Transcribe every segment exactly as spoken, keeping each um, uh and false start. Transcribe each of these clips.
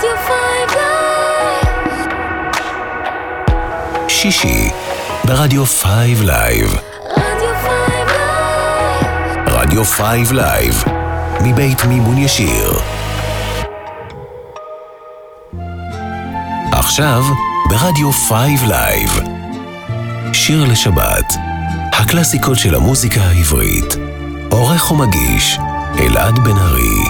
שישי ברדיו פייב לייב. רדיו פייב לייב מבית מימון ישיר. עכשיו ברדיו פייב לייב שיר לשבת, הקלאסיקות של המוזיקה העברית. עורך ומגיש אלעד בן ארי.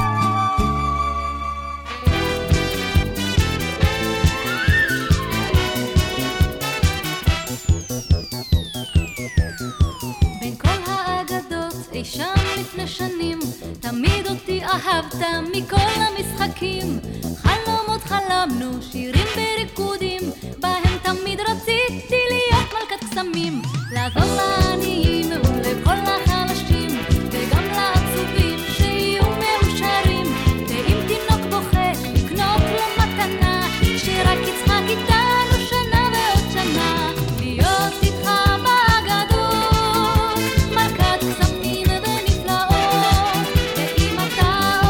אהבת מכל המשחקים, חלומות חלמנו, שירים בריקודים, בהם תמיד רציתי להיות מלכת קסמים, לעזור לעניים ולכל החלשים, וגם לעצובים שיהיו מאושרים, ואם תינוק בוכה, לקנות לו מתנה, שרק יצחק איתנו שנה ועוד שנה, להיות איתך בגדול, מלכת קסמים ונפלאות, ואם אתה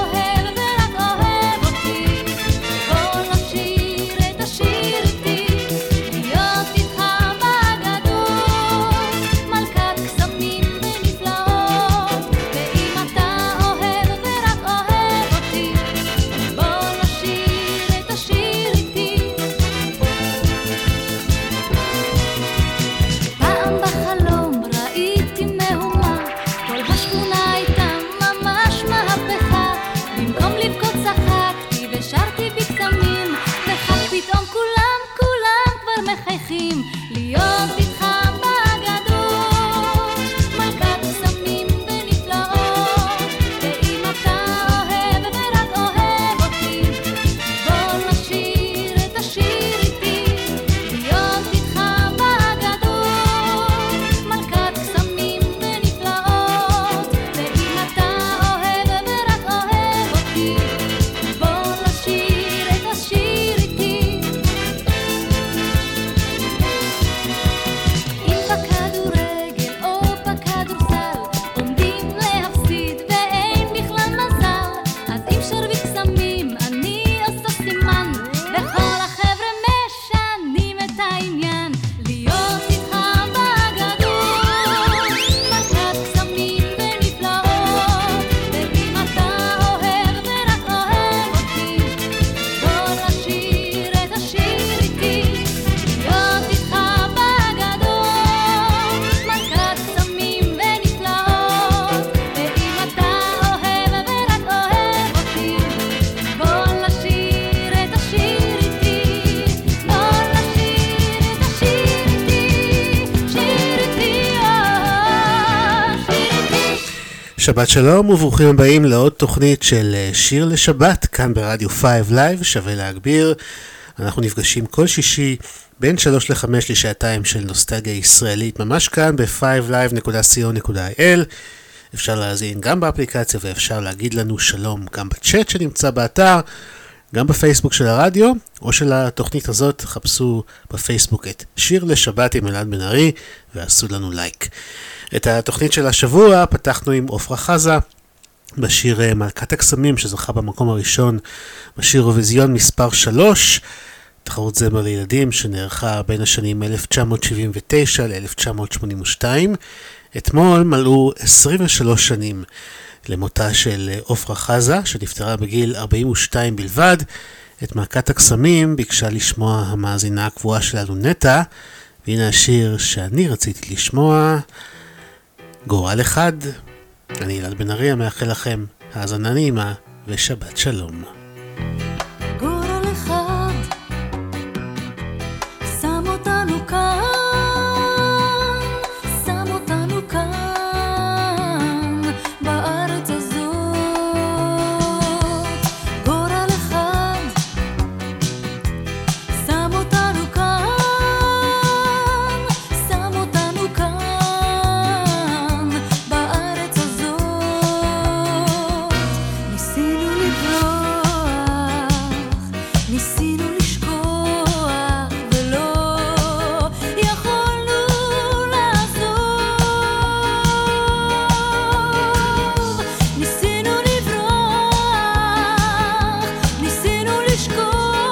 שבת שלום וברוכים הבאים לעוד תוכנית של שיר לשבת כאן ברדיו פייב לייב. שווה להגביר, אנחנו נפגשים כל שישי בין שלוש לחמש לשעתיים של נוסטלגיה ישראלית, ממש כאן ב-פייב לייב נקודה סי או נקודה איי אל. אפשר להזין גם באפליקציה ואפשר להגיד לנו שלום גם בצ'אט שנמצא באתר, גם בפייסבוק של הרדיו או של התוכנית הזאת. חפשו בפייסבוק את שיר לשבת עם אלעד בן ארי ועשו לנו לייק. את התוכנית של השבוע פתחנו עם עופרה חזה בשיר מלכת הקסמים, שזכה במקום הראשון בשיר אירוויזיון מספר שלוש, תחרות זמר לילדים שנערכה בין השנים אלף תשע מאות שבעים ותשע ל-אלף תשע מאות שמונים ושתיים. אתמול מלאו עשרים ושלוש שנים למותה של עופרה חזה, שנפטרה בגיל ארבעים ושתיים בלבד. את מלכת הקסמים ביקשה לשמוע המאזינה הקבועה שלנו נטע, והנה השיר שאני רציתי לשמוע, גורל אחד. אני אלעד בן ארי, מאחל לכם האזנה נעימה ושבת שלום. גורל אחד שם אותנו כאן, שם אותנו כאן בארץ הזאת. גורל אחד שם אותנו כאן, שם אותנו כאן בארץ הזאת. ניסינו לברוח, ניסינו לשכוח, ולא יכולנו לעזוב. ניסינו לברוח, ניסינו לשכוח,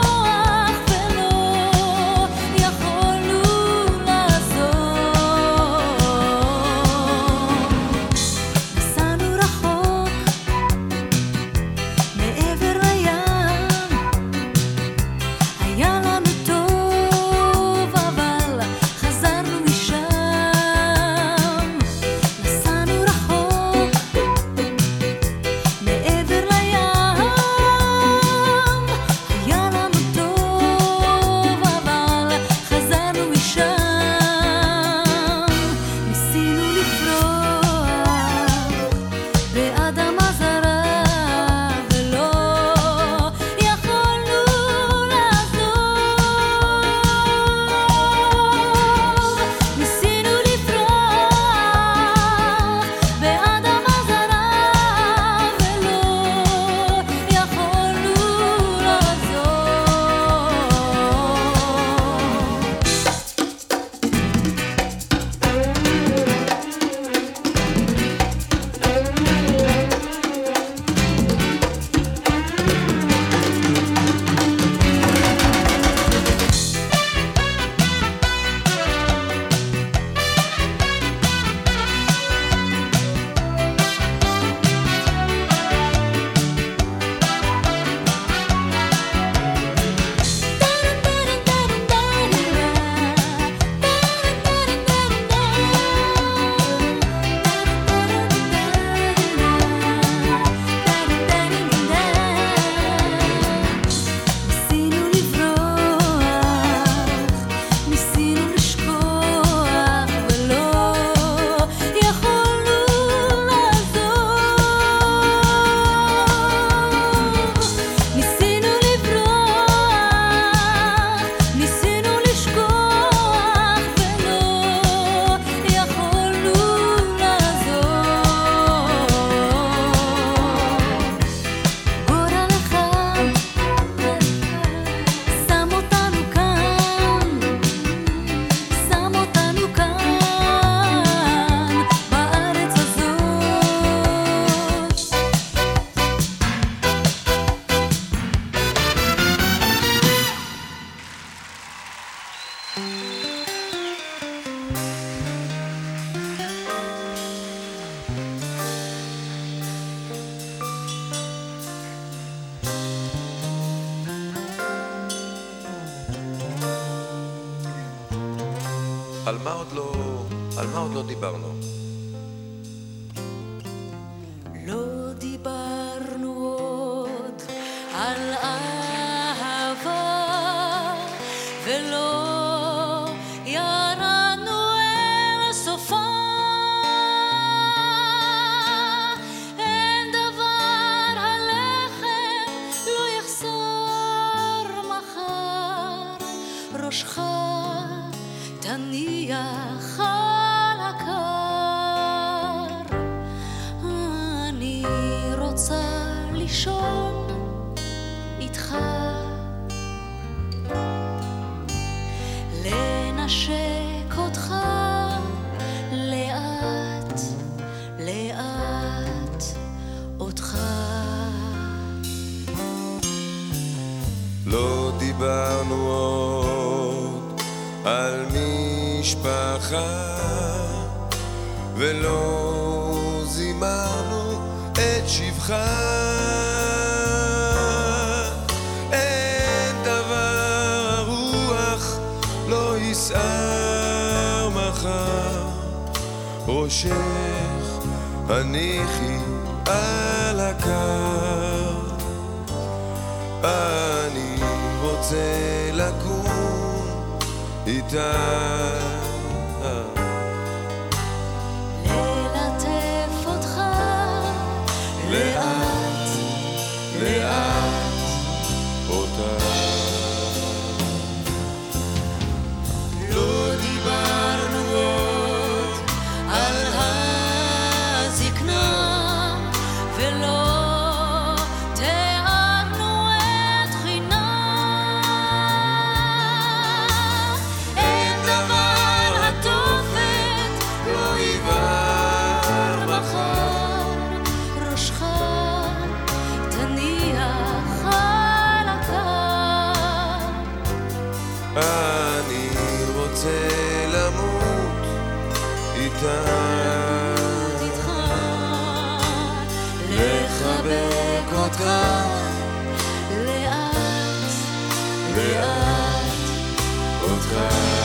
על מה עוד לא, על מה עוד לא דיברנו? לא דיברנו עוד על אהבה ולא ירדנו אל סופה. אין דבר הלחם לא יחסר מחר, ראשך תניח על הקר. אני רוצה לישון איתך, לנשק אותך לאט לאט אותך. לא דיברנו עוד על משפחה ולא זימרנו את שבחה. אין דבר הרוח לא יסער מחר, ראשך הניחי על הקר. אני רוצה לקום איתה, ללטף אותך לאט לאט אותה. לא דיברנו עוד על הזקנה ולא תיארנו את חינה. אין דבר התופת לא יבער מחר, ראשך תניח על הקר. אני רוצה למות איתה, איתך לחבק אותך לאט לאט אותך.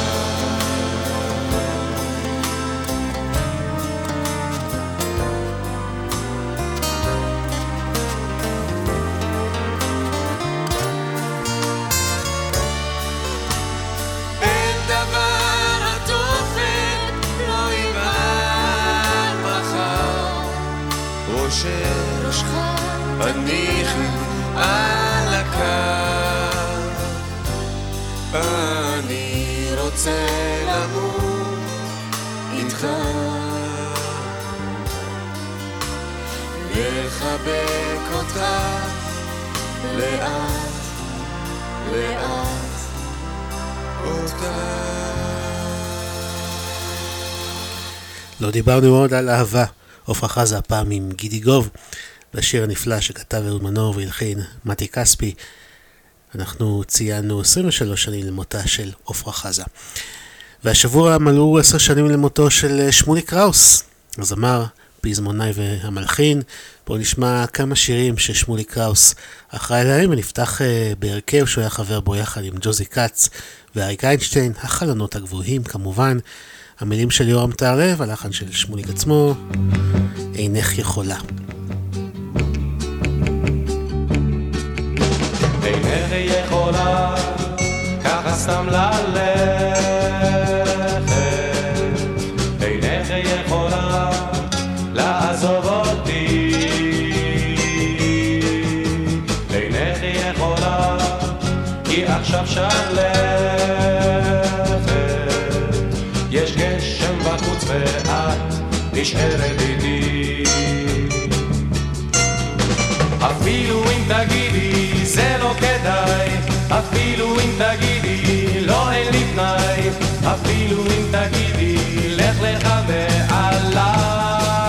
אין דבר התופת לא יבער מחר, ראשך ראשך הניחי על הקר. אני רוצה למות איתך, לחבק אותך לאט לאט אותך. לא דיברנו עוד על אהבה, עפרה חזה הפעם עם גידי גוב, בשיר הנפלא שכתב אהוד מנור והלחין מתי כספי. אנחנו ציינו עשרים ושלוש שנים למותה של עפרה חזה. והשבוע מלאו עשר שנים למותו של שמולי קראוס, הזמר, פזמונאי והמלחין. בואו נשמע כמה שירים ששמולי קראוס אחראי להם, ונפתח בהרכב שהוא היה חבר בו יחד עם ג'וזי קאץ ואריק איינשטיין, החלונות הגבוהים כמובן. המילים של יורם תערב, הלחן של שמוליק עצמו, אינך יכולה. אינך יכולה ככה סתם ללכת, אינך יכולה לעזוב אותי, אינך יכולה כי עכשיו שלכת, יש גשם בחוץ ואת נשארת איתי. אפילו אם תגידי זה לא כדאי, אפילו אם תגידי לא אין לי תנאי, אפילו אם תגידי לך לך ועליי,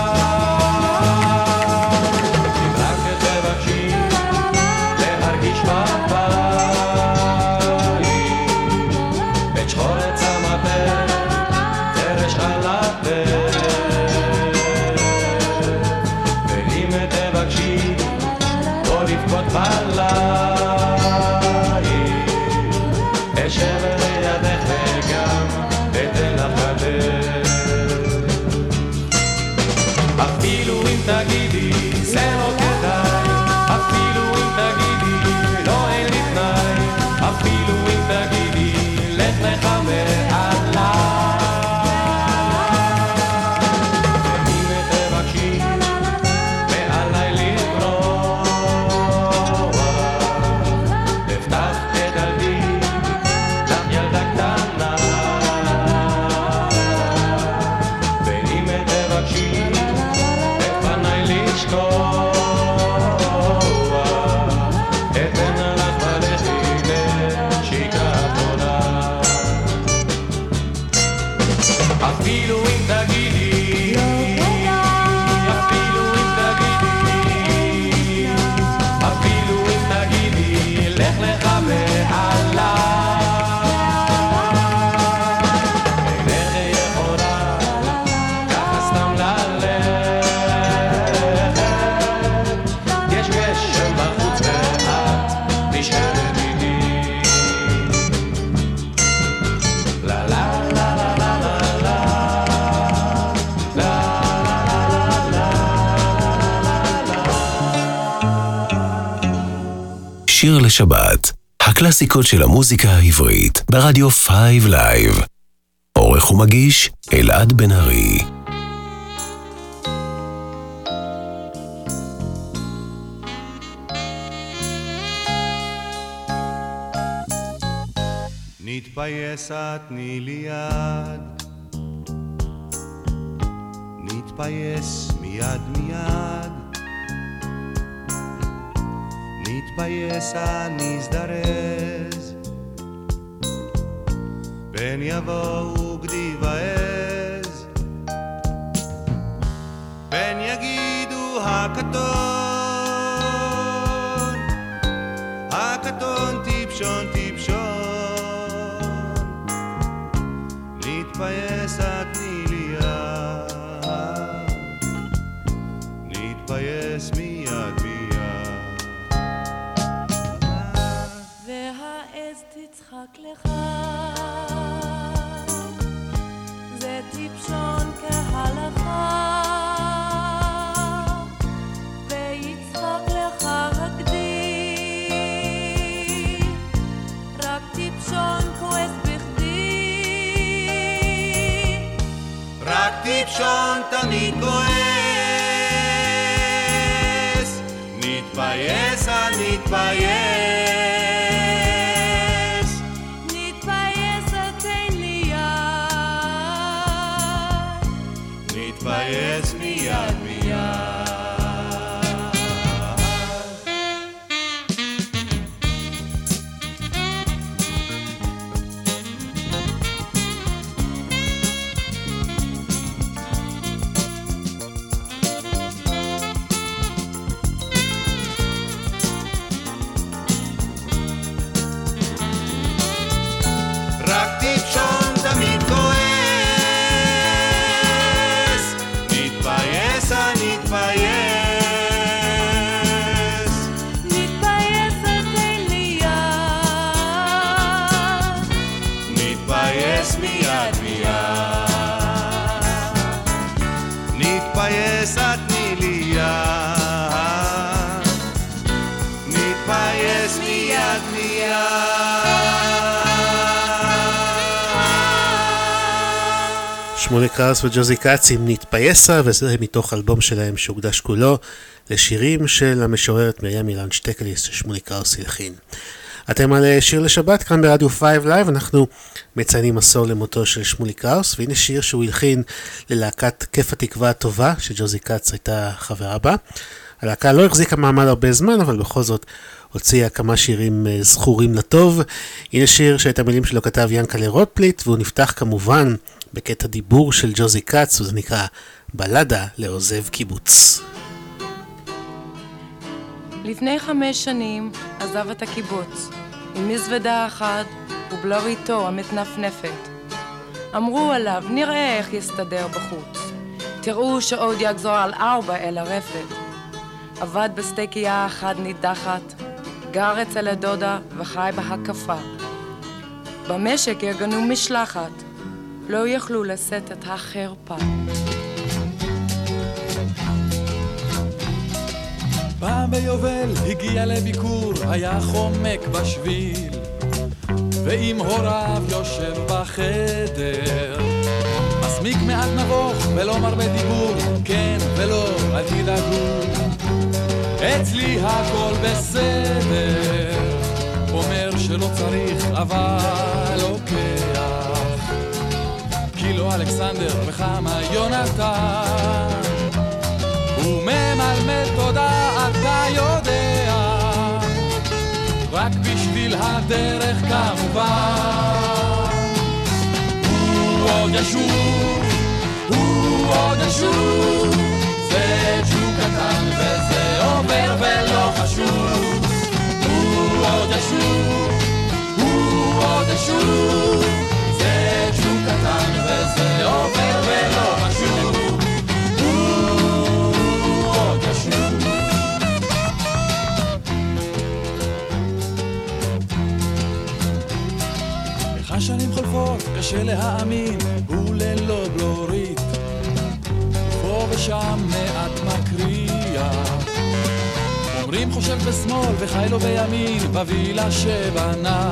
אם רק תבקשי להרגיש בבית את שחור צמתך תרש על הדרך, ואם תבקשי לא לבכות בלילה שיר לשבת, הקלאסיקות של המוזיקה העברית, ברדיו פייב לייב. עורך ומגיש, אלעד בן ארי. נתפייס תני לי יד, נתפייס מיד מיד, נתפייס נזדרז, פן יבואו גדי ועז, פן יגידו הקטון, הקטון טיפשון טיפשון, נתפייס תני לי יד, נתפייס מיד מיד, והעז תצחק לך, זה טיפשון כהלכה, ויצחק לך הגדי, רק טיפשון כועס בכדי, רק טיפשון תמיד כועס, נתפייס נתפייס, נתפייס תן לי יד, נתפייס מיד מיד. רק טיפשון תמיד כועס, נתפייס נתפייס, נתפייס תן לי יד, נתפייס מיד מיד, נתפייס תני לי יד, נתפייס מיד מיד. שמולי קראוס וג'וזי קאץ עם נתפייסה, וזה מתוך אלבום שלהם שהוקדש כולו לשירים של המשוררת מרים אילן שטקליס ששמולי קראוס הלחין. אתם על שיר לשבת כאן ברדיו פייב לייב, אנחנו מציינים עשור למותו של שמולי קראוס, והנה שיר שהוא הלחין ללהקת כיף התקווה הטובה שג'וזי קאץ הייתה חברה בה. הלהקה לא החזיקה מעמד הרבה זמן, אבל בכל זאת הוציאה כמה שירים זכורים לטוב. הנה שיר שאת המילים שלו כתב ינקלה רוטפליט, והוא נפתח כמובן בקטע דיבור של ג'וזי קאץ, וזה נקרא בלדה לעוזב קיבוץ. לפני חמש שנים עזב את הקיבוץ עם מזוודה אחת ובלוריתו המתנפנפת. אמרו עליו נראה איך יסתדר בחוץ, תראו שעוד יגזור על ארבע אל הרפת. עבד בסטייקייה אחת נידחת, גר אצל הדודה וחי בהקפה. במשק יגנו משלחת, לא יכלו לשאת את החרפה. פעם ביובל הגיע לביקור, היה חומק בשביל, ועם הוריו יושב בחדר, מסמיק מעט נבוך ולא מרבה דיבור, כן ולא, אל תדאגו, אצלי הכל בסדר, אומר שלא צריך אבל לוקח, קילו אלכסנדר וכמה יונתן, הוא ממלמד תודה אתה יודע, רק בשביל הדרך כמובן, הוא עוד ישוב, הוא עוד ישוב, זה ג'וק קטן וזה עובר ולא חשוב, הוא עוד ישוב, הוא עוד ישוב, זה ג'וק קטן וזה עובר ולא חשוב, הוא עוד ישוב. איך השנים חולפות קשה להאמין, הוא ללא בלורית, פה ושם מעט מקריאה, אומרים חושב בשמאל וחי לו בימין בווילה שבנה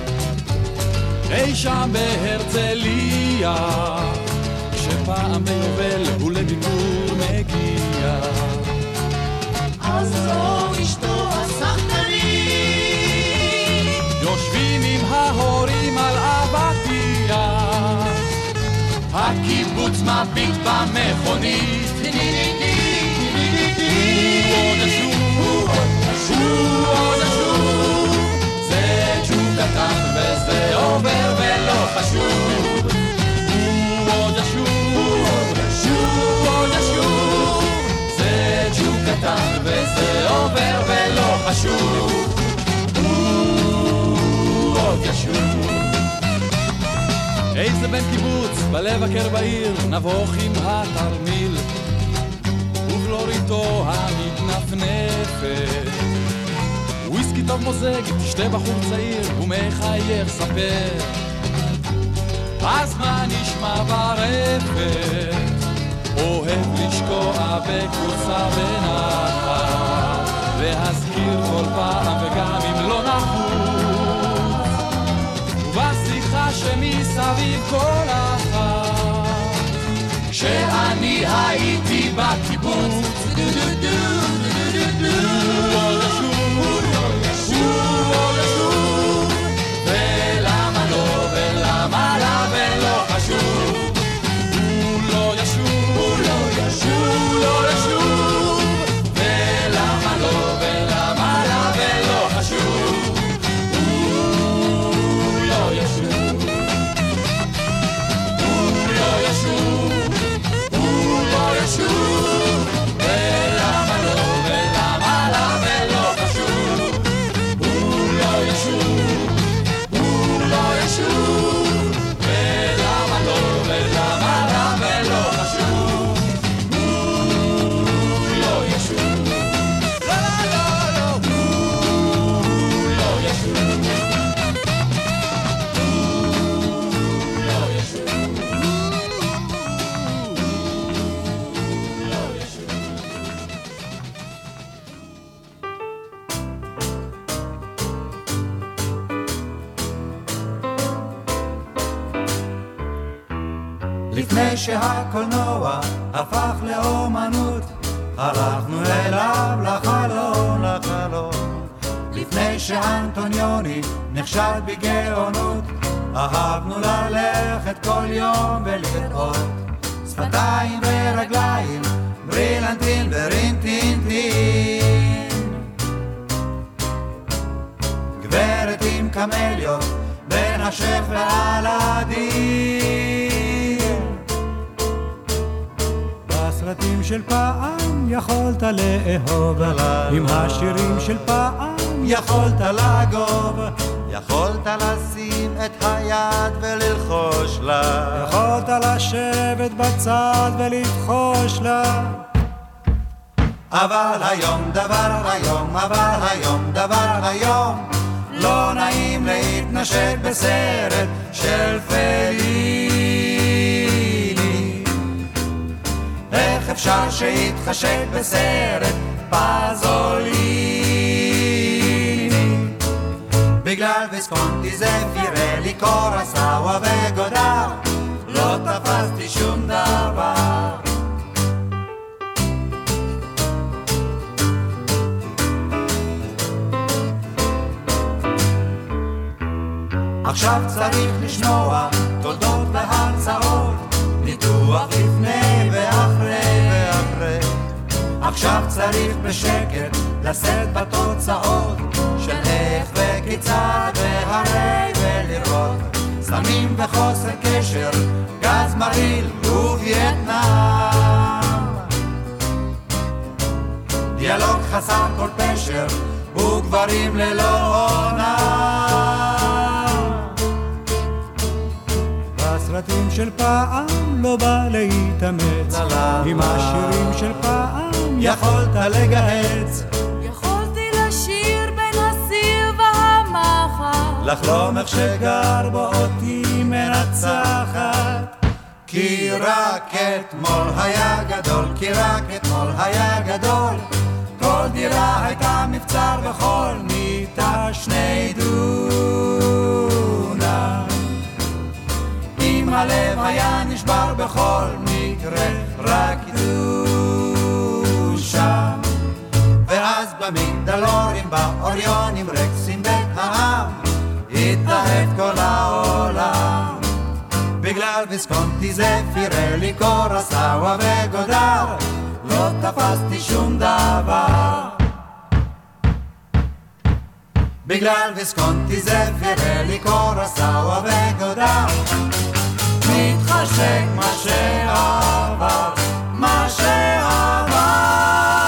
אי שם בהרצליה שפעם ביובל הוא לביקור מגיע אז זו אשתו הסחטנית יושבים עם ההורים על אבטיה הקיבוץ מביט במכונית הוא עוד אשור, הוא עוד אשור זה ג'וק קטן וזה עובר ולא חשוב הוא עוד אשור, הוא עוד אשור זה ג'וק קטן וזה עובר ולא חשוב הוא עוד אשור איזה בן קיבוץ בלב הקר בעיר נבוך עם התרמיל ובלוריתו המתנפנפת וויסקי טוב מוזג תשתה בחור צעיר ומחייך ספר אז מה נשמע ברפת אוהב לשקוע בקורסה בנחת להזכיר כל פעם וגם אם לא נחוץ ובשיחה שמסביב כל אחת כשאני הייתי בקיבוץ הוא עוד אשור, הוא עוד אשור ולמה לא ולמה לה ולא חשוב הוא לא ישוב, הוא לא ישוב, הוא לא ישוב ולמה לא ולמה לה ולא חשוב הוא לא ישוב הוא לא ישוב הוא לא ישוב ולמה לא ולמה לה ולא חשוב הוא לא ישוב הוא לא ישוב ולמה לא ולמה לה ולא חשוב הוא לא ישוב לא לא לא הוא לא ישוב הוא לא ישוב לפני שהקולנוע הפך לאומנות הלכנו אליו לחלום לחלום לפני שאנטוניוני נכשל בגאונות אהבנו ללכת כל יום ולראות שפתיים ורגליים ברילנטין ורינטינטין גברת עם קמליות בין השף והלדין בסרטים של פעם יכולת לאהוב עם השירים של פעם יכולת לגוב יכולת לשים את היד וללחוש לה יכולת לשבת בצד ולבחוש לה אבל היום דבר היום אבל היום דבר היום לא נעים להתנשק בסרט של פליני איך אפשר שיתחשק בסרט פזוליני בגלל ויסקונטי זה פירלי קורסאווה וגודר לא תפסתי שום דבר עכשיו צריך לשמוע תולדות והרצאות ניתוח לפני ואחרי ואחרי עכשיו צריך בשקט לשאת בתוצאות של איך וכיצד והרי ולראות סמים וחוסר קשר גז מרעיל ווייטנאם דיאלוג חסר כל פשר וגברים ללא עונה בסרטים של פעם לא בא להתאמץ עם השירים של פעם יכולת לגהץ יכולתי לשיר בין הסיר והמחר לחלום איך שגר בו אותי מנצחת כי רק אתמול היה גדול כי רק אתמול היה גדול כל כל דירה הייתה מבצר וכל מיטה שני דונם. אם הלב היה נשבר בכל מקרה רק קדושה. ואז במגדלורים באוריונים רקסים בית העם התאהב כל העולם. בגלל ויסקונטי זה פירלי קורסאווה וגודר לא תפסתי שום דבר. בגלל ויסקונטי זה פירלי קורסאווה וגודר מתחשק מה שעבר, מה שעבר.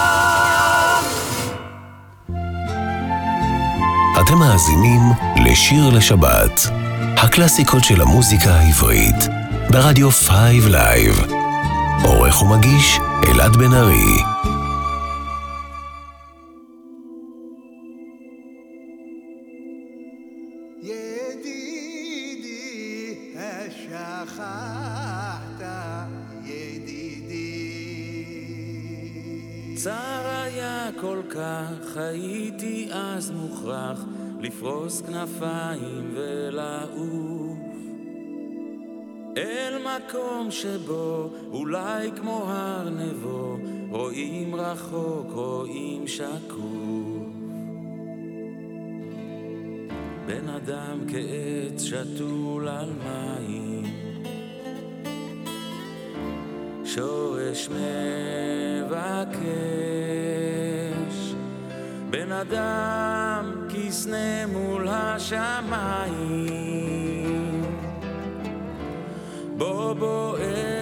אתם מאזינים לשיר לשבת, הקלאסיקות של המוזיקה העברית, ברדיו פייב לייב. עורך ומגיש אלעד בן ארי. ידידי השכחת ידידי. צר היה כל כך, הייתי אז מוכרח לפרוס כנפיים ולעוף אל מקום שבו אולי כמו הר נבו רואים רחוק, רואים שקוף. בן אדם כעץ שתול על מים, שורש מבקש. בן אדם כסנה מול השמיים, בו בוערת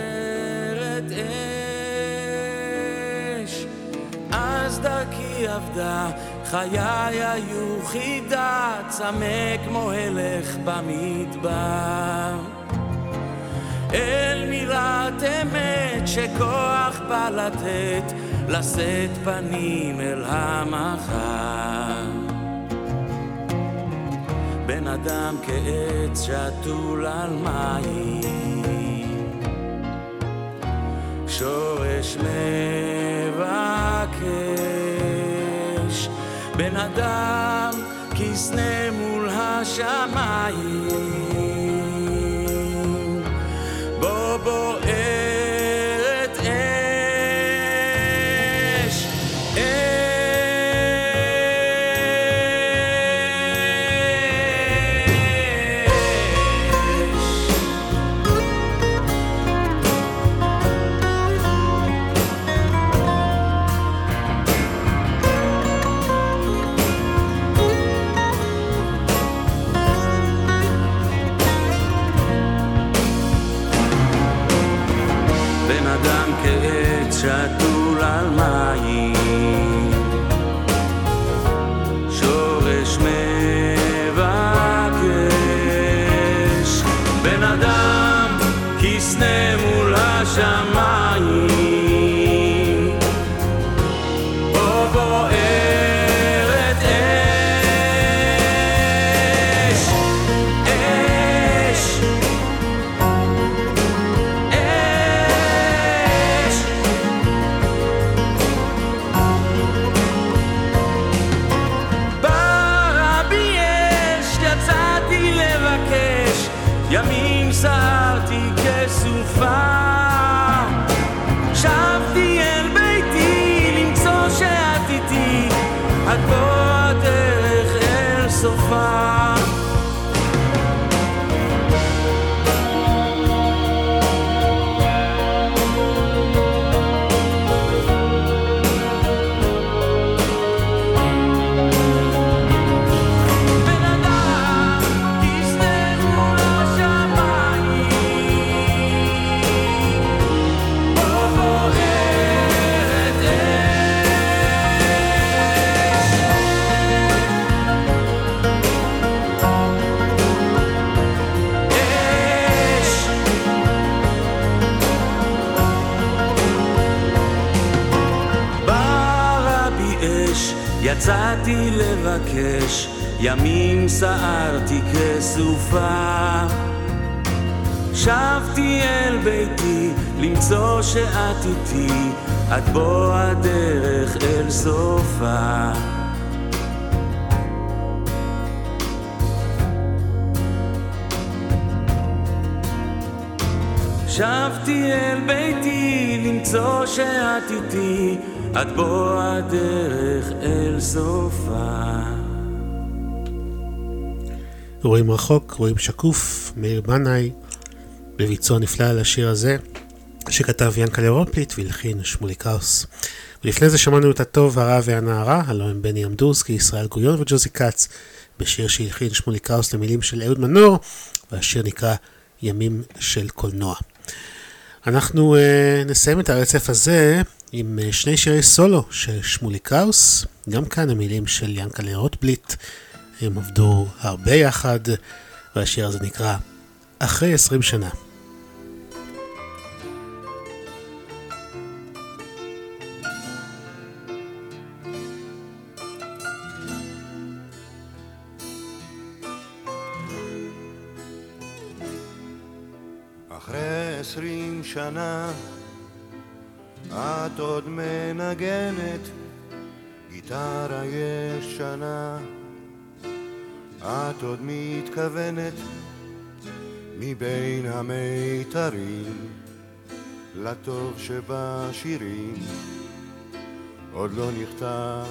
אש. אז דרכי עבדה, חיי היו חידה, צמא כמו הלך במדבר. אל מילת אמת שכוח בא לתת, לשאת פנים אל המחר. בן אדם כעץ שתול על מים, שורש מבקש. בן אדם כסנה מול השמיים, בו בוערת אש, אש. בן אדם כעץ שתול על מים, שורש מבקש. בן אדם כסנה מול השמיים, בו בוערת אש, אש. ימים סערתי כסופה, שבתי אל ביתי למצוא שאת איתי, עד בוא הדרך אל סופה. יצאתי לבקש, ימים סערתי כסופה, שבתי אל ביתי למצוא שאת איתי, את בוא הדרך אל סופה. שבתי אל ביתי למצוא שאת איתי, את בוא הדרך אל סופה. רואים רחוק, רואים שקוף, מאיר בנאי, בביצוע נפלא על השיר הזה, שכתב ינקלה רוטבליט והלחין שמולי קראוס. ולפני זה שמענו את הטוב, הרע והנערה, הלוא הם בני אמדורסקי, ישראל גוריון וג'וזי קאץ, בשיר שהלחין שמולי קראוס למילים של אהוד מנור, והשיר נקרא ימים של קולנוע. אנחנו uh, נסיים את הרצף הזה עם uh, שני שירי סולו של שמולי קראוס, גם כאן המילים של ינקלה רוטבליט, הם עבדו הרבה יחד, והשיר הזה נקרא אחרי עשרים שנה. אחרי עשרים שנה את עוד מנגנת גיטרה ישנה, את עוד מתכוונת מבין המיתרים לטוב שבשירים עוד לא נכתב.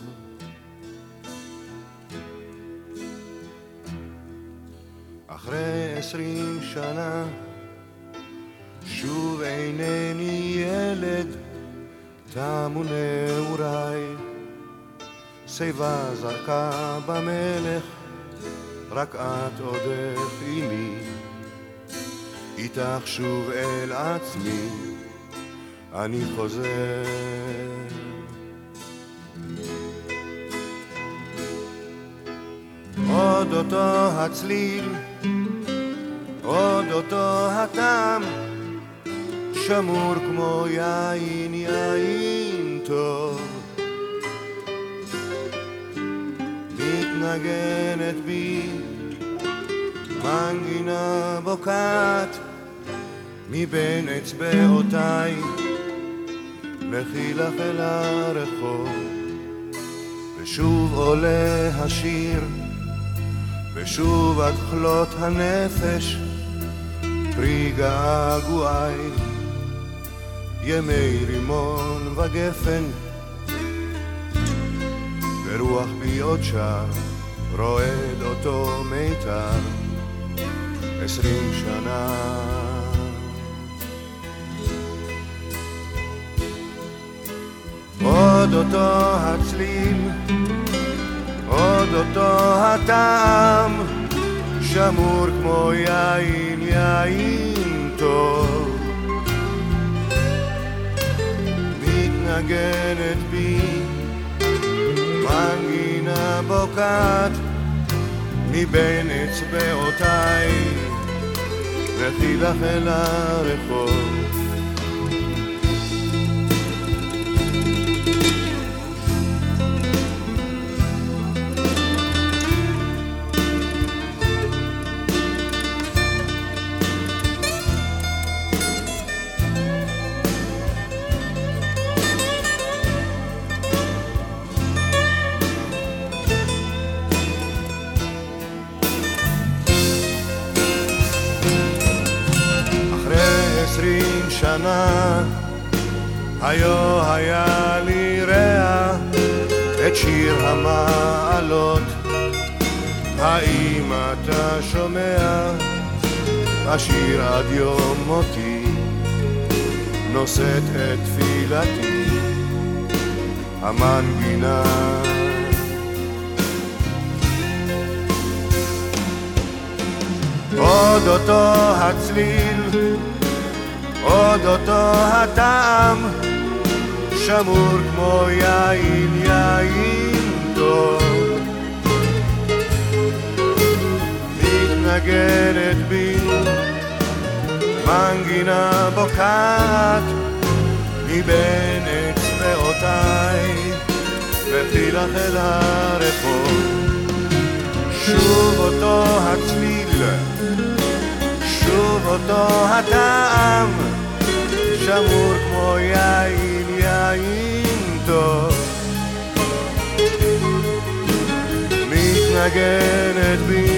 אחרי עשרים שנה שוב אינני ילד, תמו נעוריי, שיבה זרקה במלך, רק את עודך עימי, איתך שוב אל עצמי אני חוזר. עוד אותו הצליל, עוד אותו הטעם, שמור כמו יין, יין טוב, מתנגנת בי מנגינה בוקעת מבין אצבעותיי, לכי לך אל הרחוב, ושוב עולה השיר, ושוב עד כלות הנפש פרי געגועי, ימי רימון וגפן, ורוח בי עוד שר רועד אותו מיתר עשרים שנה. עוד אותו הצליל, עוד אותו הטעם, שמור כמו יין, יין טוב, מתנגנת בי מנגינה בוקעת מבין אצבעותיי, לכי לך אל הרחוב. שנה היו היה לי רע את שיר המעלות, האם אתה שומע? השיר עד יום מותי נושאת את תפילתי המנגינה. עוד אותו הצליל, עוד אותו הטעם, שמור כמו יין, יין טוב, מתנגנת בי מנגינה בוקעת מבין אצבעותיי, לכי לך אל הרחוב. שוב אותו הצליל, שוב אותו הטעם, שמור כמו יין, יין טוב. מתנגנת בי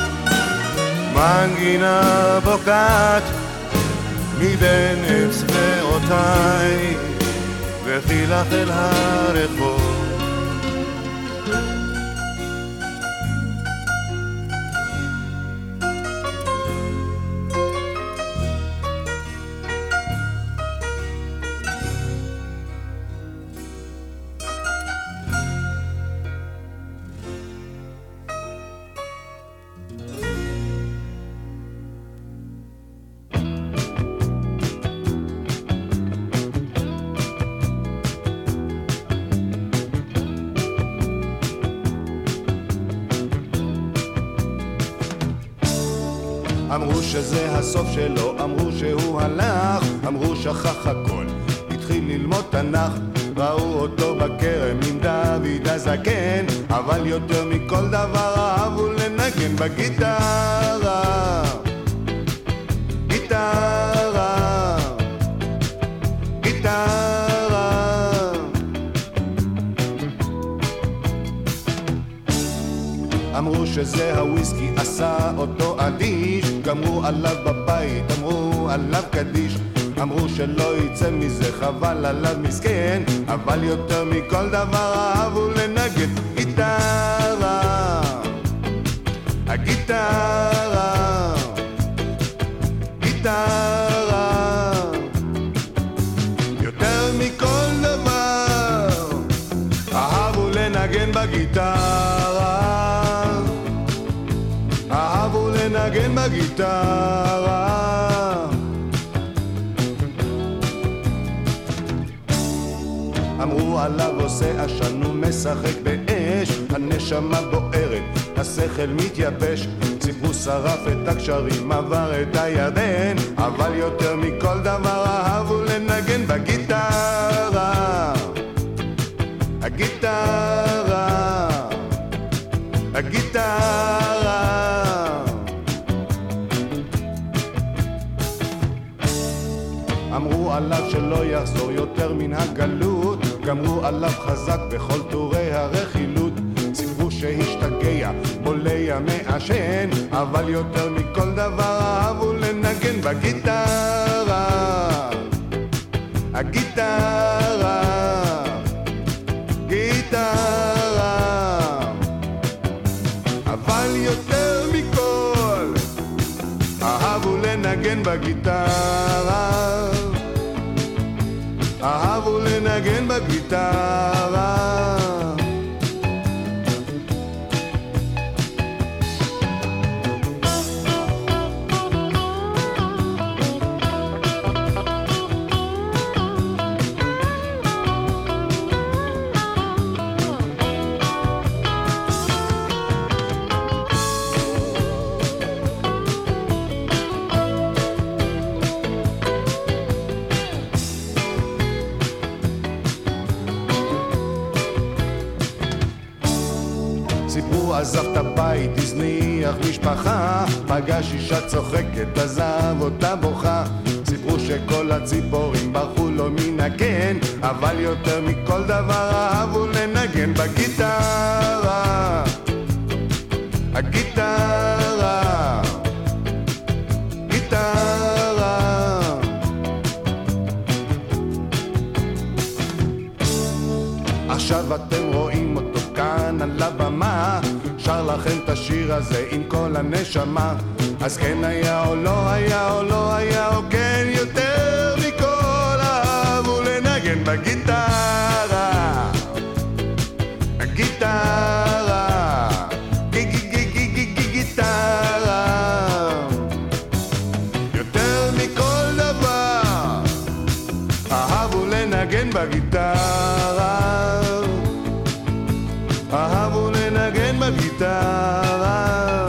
מנגינה בוקעת מבין אצבעותיי וחילך אל הרחוב. אמרו שזה הסוף שלו, אמרו שהוא הלך, אמרו שכח הכל, התחיל ללמוד תנ"ך. ראו אותו בכרם עם דוד הזקן, אבל יותר מכל דבר אהבו לנגן בגיטרה. גיטרה, גיטרה. אמרו שזה הוויסקי עשה אותו אדיש, גמרו עליו בבית, אמרו עליו קדיש. אמרו שלא יצא מזה, חבל עליו מסכן, אבל יותר מכל דבר אהבו לנגן גיטרה. הגיטרה, גיטרה. יותר מכל דבר אהבו לנגן בגיטרה. אהבו לנגן בגיטרה. אמרו עליו עושה עשן ומשחק באש, הנשמה בוערת, השכל מתייבש. ציפרו שרף את הקשרים, עבר את הירדן, אבל יותר מכל דבר אהבו לנגן בגיטרה. הגיטרה, הגיטרה. אמרו עליו שלא יחזור יותר מן הגלות, גמרו עליו חזק בכל טורי הרכילות. סיפרו שהשתגע, בולע מעשן, אבל יותר מכל דבר אהבו לנגן בגיטרה. הגיטרה, גיטרה. אבל יותר מכל אהבו לנגן בגיטרה. אהבו לנגן בגיטרה. עזב את הבית, הזניח משפחה, פגש אישה צוחקת, עזב אותה בוכה. סיפרו שכל הציפורים ברחו לו מן הקן, אבל יותר מכל דבר אהבו לנגן בגיטרה. הגיטרה, גיטרה. עכשיו אתם רואים אותו כאן על הבמה, שר לכם את השיר הזה עם כל הנשמה. אז כן היה או לא היה או לא היה או כן, יותר מכל אהבו לנגן בגיטרה. הגיטרה, גי גי גי גי גי גי גיטרה. יותר מכל דבר אהבו לנגן בגיטרה. אהבו לנגן בגיטרה.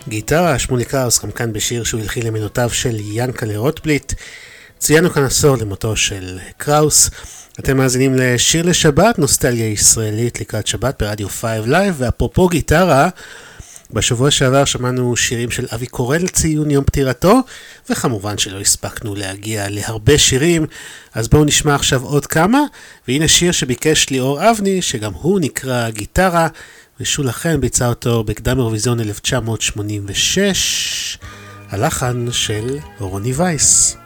גיטרה, שמולי קראוס, גם כאן בשיר שהוא הלחין למילותיו של ינקלה רוטבליט. ציינו כאן עשור למותו של קראוס. אתם מאזינים לשיר לשבת, נוסטלגיה ישראלית לקראת שבת ברדיו פייב לייב, ואפרופו גיטרה, בשבוע שעבר שמענו שירים של אבי קורן לציון יום פטירתו, וכמובן שלא הספקנו להגיע להרבה שירים, אז בואו נשמע עכשיו עוד כמה, והנה שיר שביקש ליאור אבני, שגם הוא נקרא גיטרה, ושולה חן ביצע אותו בקדם אירוויזיון אלף תשע מאות שמונים ושש, הלחן של רוני וייס.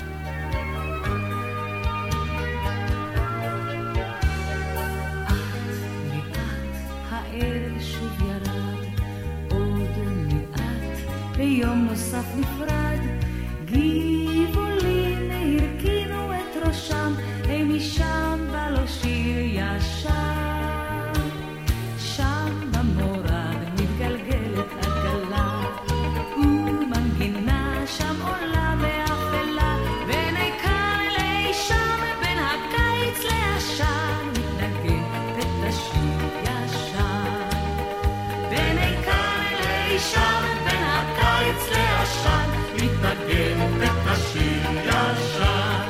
ביום נוסף נפרד, גיבולים הרכינו את ראשם, הם משם ולא שיר ישר. שם במורד מתגלגלת עגלה, ומנגינה שם עולה באפלה, בין העיקר אלי שם, בין הקיץ לעשן, מתנגן את השיר ישר. בין העיקר אלי שם, בין הקיץ לעשן, מתנגן את השיר ישן.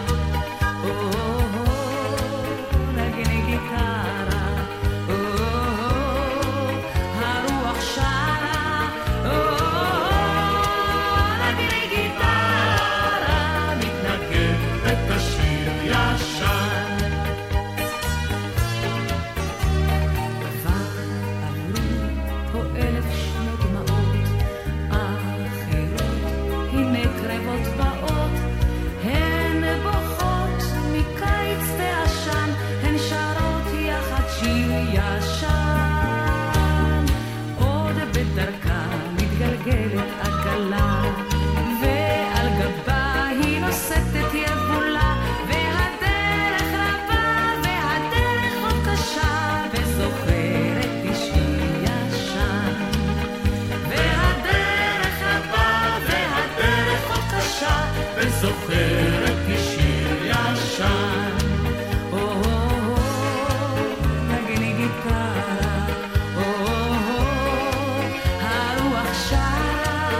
נגני גיטרה, הרוח שרה, נגני גיטרה, מתנגן את השיר ישן. כבר עברו פה אלף שנות דמעות, הנה קרבות באות, הן בוכות מקיץ ועשן, הן שרות יחד שיר ישן. עוד בדרכה מתגלגלת עגלה, ועל גבה היא נושאת יבולה, והדרך רבה והדרך עוד קשה, וזוכרת שיר ישן. והדרך רבה והדרך עוד קשה, וזוכרת שיר ישן. נגני גיטרה, הרוח שרה,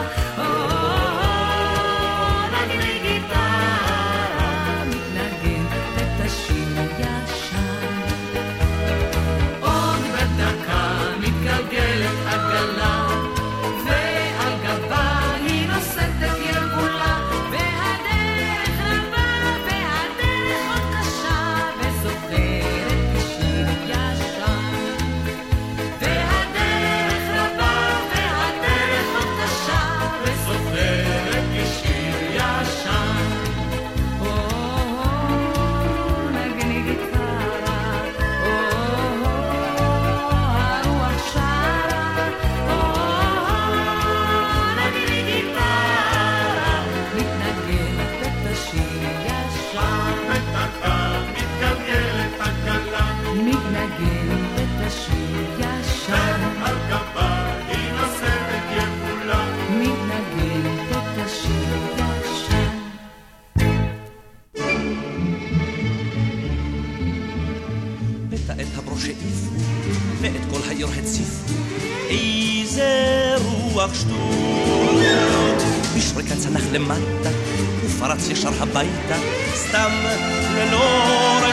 נגני גיטרה, מתנגן את השיר ישן. עוד בדקה מתגלגלת עגלה, ועל גבה היא נושאת את יבולה, והדרך רבה והדרך עוד קשה, וזוכרת שיר ישן. והדרך רבה והדרך עוד קשה, וזוכרת שיר ישן. נגני גיטרה, הרוח שרה, נגני גיטרה, מתנגנת את השיר ישן. מתגלגלת עגלה, מתנגנת את השיר ישן. על גבה היא נושאת יבולה, מתנגנת את השיר ישן. בטא את הברוש העיפו, ואת כל העיר הציפו, איזה רוח שטות. בשריקה צנח למטה, ופרץ ישר הביתה, סתם ללא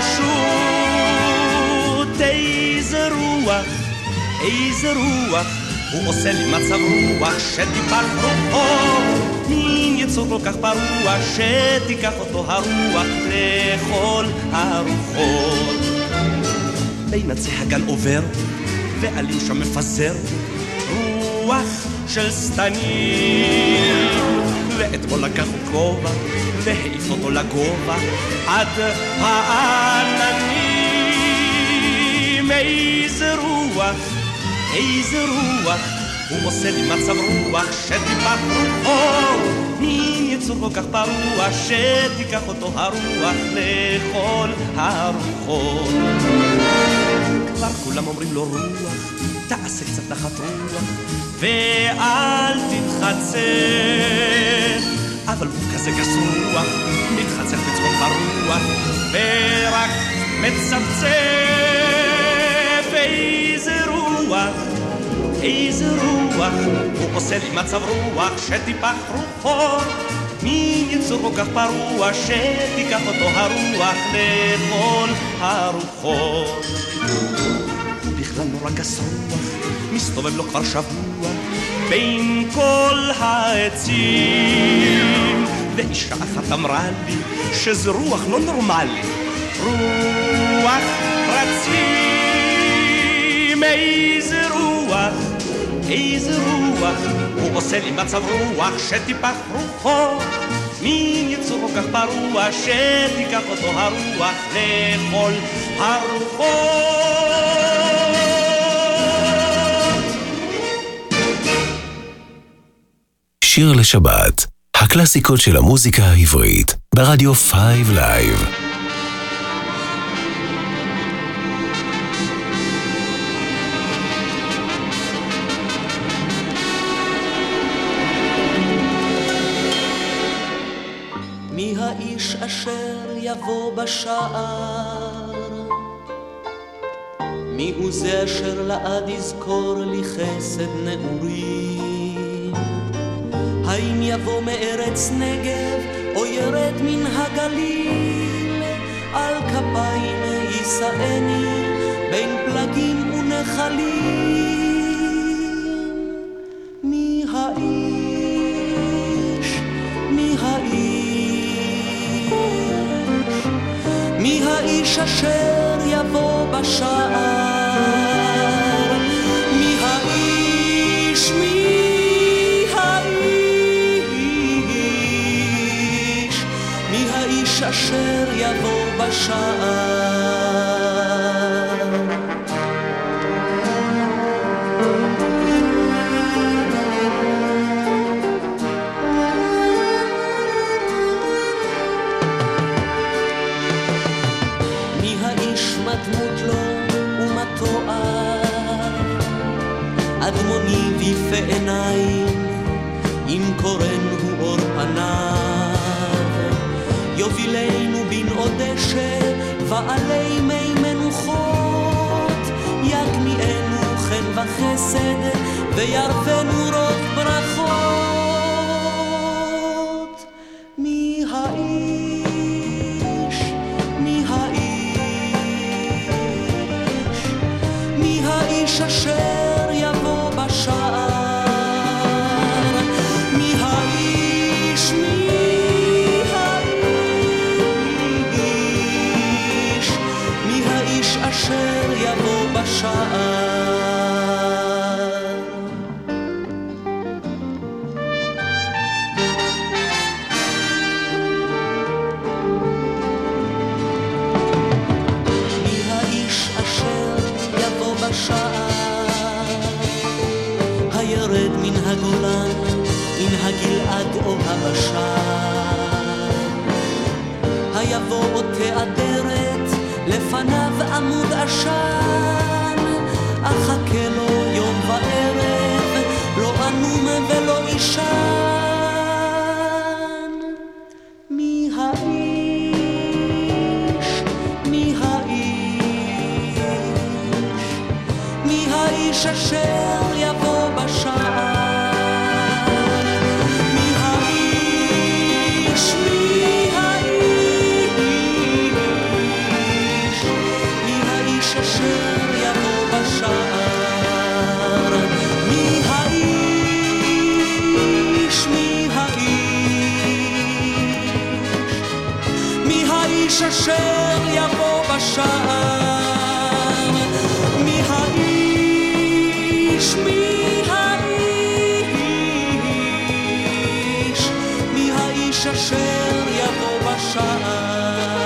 רשות. איזה רוח, איזה רוח, הוא עושה לי מצב רוח שטיפח רוחו. מין יצור כל כך פרוע, שתיקח אותו הרוח לכל הרוחות. בין עצי הגן עובר, ועלים שם מפזר רוח של סתנים. ואתמול לקח הוא כובע, והעיף אותו לגובה עד העננים. איזה רוח, איזה רוח, הוא עושה לי מצב רוח שטיפח רוחו. מין יצור כל כך פרוע, שתיקח אותו הרוח לכל הרוחות. כבר כולם אומרים לו רוח, תעשה קצת נחת רוח, ואל תתחצף. אבל הוא כזה גס רוח, מתחצף בצחוק ברוח, ורק מצפצף. איזה רוח, איזה רוח, הוא עושה לי מצב רוח שטיפח רוחו, מי יצור כל כך פרוע שתיקח אותו הרוח לכל הרוחות. הוא בכלל נורא גסוח, מסתובב לו כבר שבוע בין כל העצים, ואישה אחת אמרה לי שזה רוח לא נורמלי, רוח רצים. איזה רוח, איזה רוח, הוא עושה לי מצב רוח שטיפח רוחו, מי יצור כל כך פרוע שתיקח אותו הרוח לכל הרוחות. שיר לשבת, הקלאסיקות של המוזיקה העברית, ברדיו פייב לייב. מי האיש אשר יבוא בשער? מי הוא זה אשר לעד יזכור לי חסד נעורים? האם יבוא מארץ נגב או ירד מן הגליל? על כפיים יישאני בין פלגים ונחלים. מי האיש? מי האיש? מי האיש אשר יבוא בשער? מי האיש? מי אשר יבוא בשער. מי האיש מה דמות לו ומה תואר? אדמוני ויפה עיניים, אם קורן הוא אור פניו, יובילנו בנאות דשא ועלי מי מנוחות, יגניאנו חן וחסד וירבנו רוב ברכות. מי האיש? מי האיש? מי האיש אשר יבוא בשער? מי האיש? מי אשר יבוא בשער. מי האיש אשר יבוא בשער? הירד מן הגולן, מן הגלעד או הבשן, היבוא אותה אדרת לפניו עמוד עשן, אחכה לו יום וערב, לא אנום ולא אישן. מי האיש? מי האיש? מי האיש אשר יבוא בשער? מי האיש? מי אשר יבוא בשער? מי האיש? מי האיש? מי האיש אשר יבוא בשער? מי האיש? מי האיש? מי האיש אשר יבוא בשער?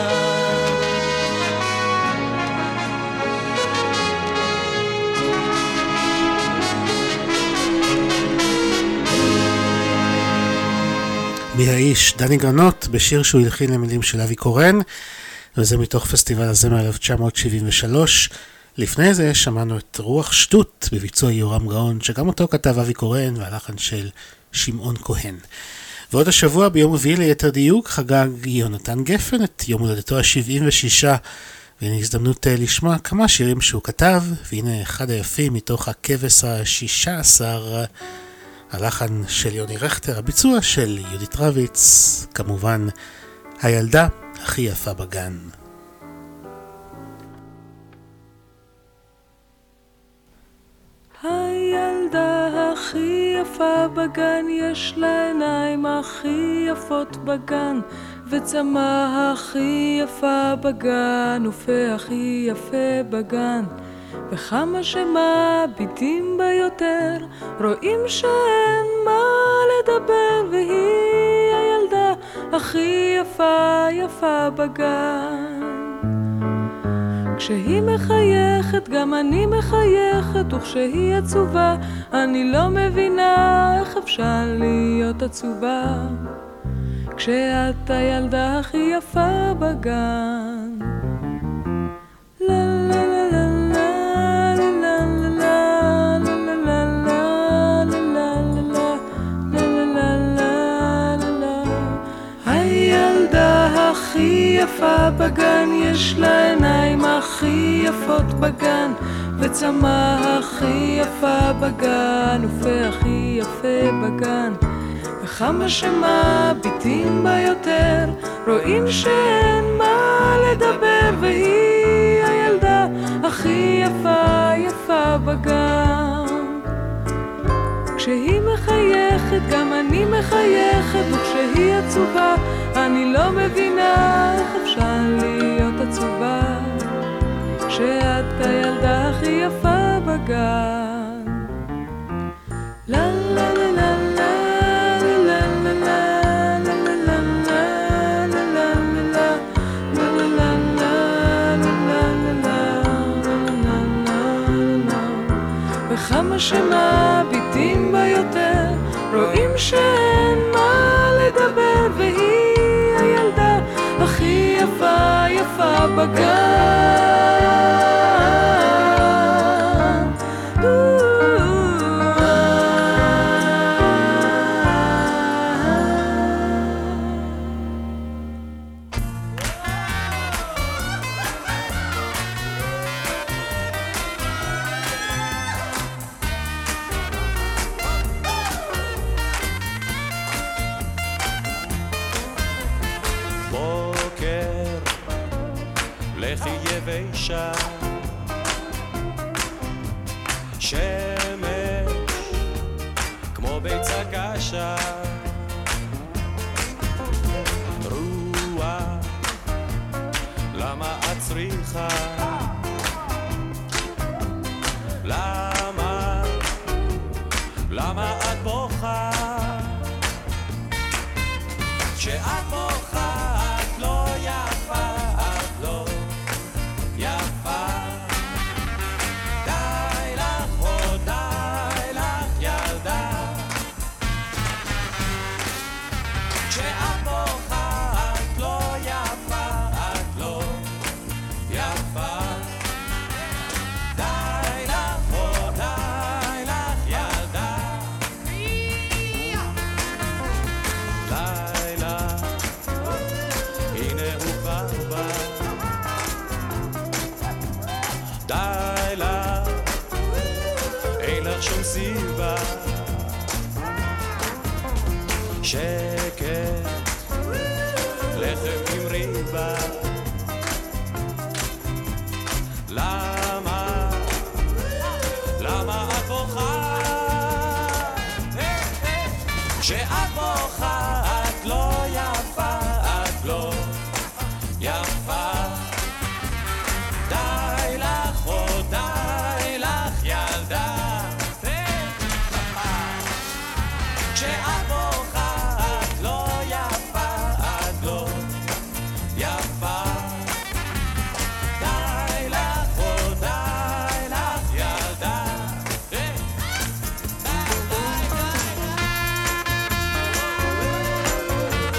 מי האיש? דני גרנות בשיר שהוא הלחין למילים של אבי קורן, וזה מתוך פסטיבל הזמר אלף תשע מאות שבעים ושלוש. לפני זה שמענו את רוח שטות בביצוע יורם גאון, שגם אותו כתב אבי קורן והלחן של שמעון כהן. ועוד השבוע ביום רביעי ליתר דיוק חגג יונתן גפן את יום הולדתו ה-שבעים ושישה, והנה הזדמנות לשמוע כמה שירים שהוא כתב, והנה אחד היפים מתוך הכבש השישה עשר, הלחן של יוני רכטר, הביצוע של יהודית רביץ, כמובן הילדה הכי יפה בגן. הילדה הכי יפה בגן, יש לה עיניים הכי יפות בגן, וצמא הכי יפה בגן, ופה הכי יפה בגן. וכמה שמביטים בה יותר, רואים שאין מה לדבר, והיא הילדה הכי יפה יפה בגן. כשהיא מחייכת גם אני מחייכת, וכשהיא עצובה אני לא מבינה איך אפשר להיות עצובה. כשאת הילדה הכי יפה בגן. לה לה לה לה הכי יפה בגן, יש לה עיניים הכי יפות בגן, וצמא הכי יפה בגן, ופה הכי יפה בגן. וכמה שמביטים בה יותר, רואים שאין מה לדבר, והיא הילדה הכי יפה יפה בגן. כשהיא מחייכת גם אני מחייכת, וכשהיא עצובה אני לא מבינה איך אפשר להיות עצובה. כשאת הילדה הכי יפה בגן. לה לה לה לה לה לה לה וכמה שמביטים בה יותר, רואים שאין מה לדבר, והיא הילדה הכי יפה יפה בגן. יבשה שמש כמו ביצה קשה, רוח למה את צריכה, למה למה את בוכה, כשאת בוכה את לא יפה, את לא יפה, די לך או די לך ילדה, כשאת בוכה את לא יפה, את לא יפה, די לך או די לך ילדה, לילה הנה הוא כבר בא, די לך אין לך שום סיבה, שקט לחם עם ריבה, למה למה את בוכה, כשאת בוכה את לא יפה, את לא יפה, די לך או די לך ילדה, כשאת בוכה את לא יפה, את לא יפה, די לך או די לך ילדה, די די די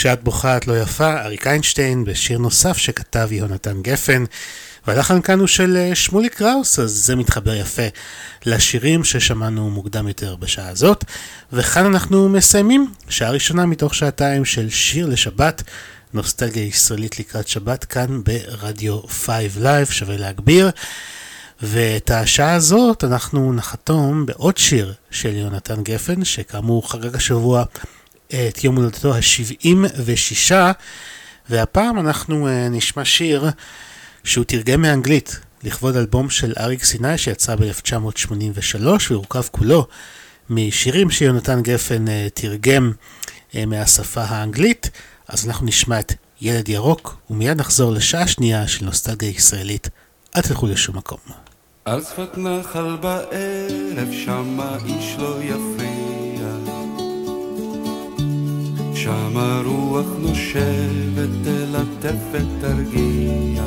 כשאת בוכה את לא יפה, אריק איינשטיין בשיר נוסף שכתב יהונתן גפן, והלחן כאן הוא של שמולי קראוס, אז זה מתחבר יפה לשירים ששמענו מוקדם יותר בשעה הזאת. וכאן אנחנו מסיימים שעה ראשונה מתוך שעתיים של שיר לשבת, נוסטלגיה ישראלית לקראת שבת, כאן ברדיו פייב לייב, שווה להגביר. ואת השעה הזאת אנחנו נחתום בעוד שיר של יהונתן גפן, שכאמור חגג השבוע את יום הולדתו ה-שבעים ושישה, והפעם אנחנו נשמע שיר שהוא תרגם מאנגלית לכבוד אלבום של אריק סיני שיצא ב-אלף תשע מאות שמונים ושלוש, והורכב כולו משירים שיונתן גפן תרגם מהשפה האנגלית. אז אנחנו נשמע את ילד ירוק, ומיד נחזור לשעה שנייה של נוסטלגיה ישראלית. אל תלכו לשום מקום. על שפת נחל בערב שמה איש לא יפריע, שמה רוח נושבת תלטף ותרגיע,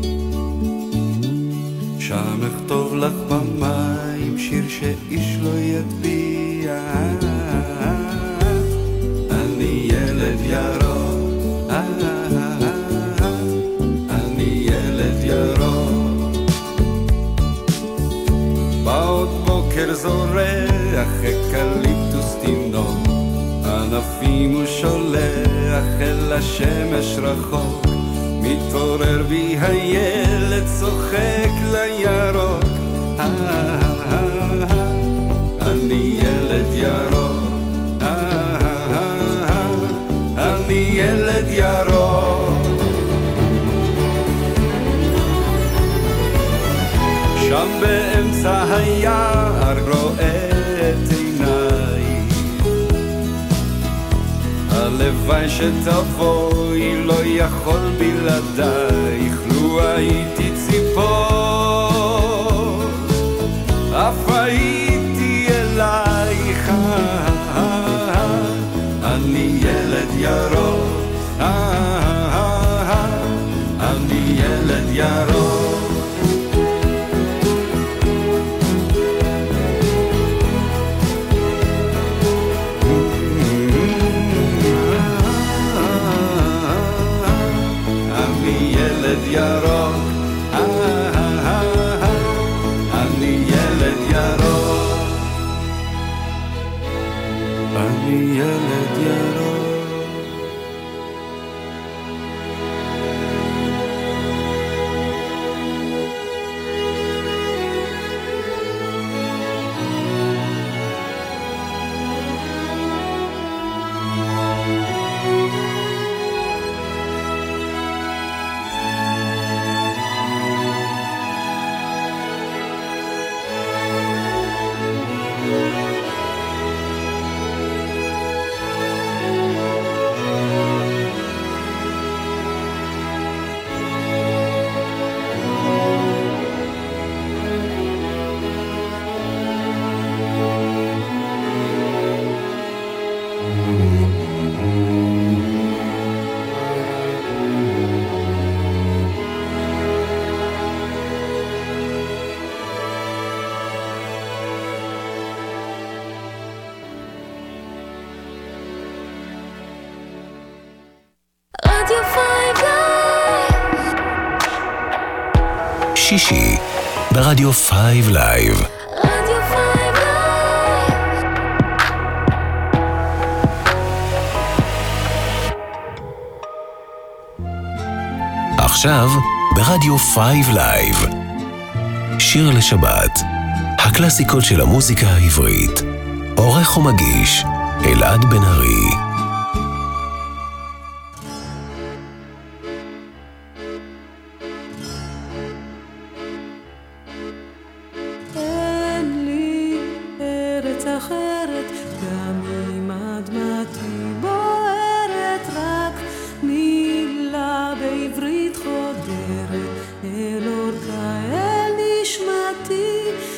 שם אכתוב לך במים שיר שאיש לא יטביע. אני ילד ירוק, אני ילד ירוק, בעוד בוקר זורח אקליפטוס תינוק, ענפים הוא שולח אל השמש רחוק, מתעורר בי הילד צוחק לירוק. אני ילד ירוק, אני ילד ירוק, שם באמצע היער רואה את עיניי, הלוואי שתבואי לא יכול בלעדייך, לו הייתי ציפור אף הייתי אלייך. אני ילד ירוק, אני ילד ירוק, ירוק, אני ילד ירוק, אני ילד ירוק. שישי ברדיו פייב לייב. רדיו פייב לייב. עכשיו ברדיו פייב לייב. שיר לשבת. הקלאסיקות של המוזיקה העברית. עורך ומגיש אלעד בן ארי.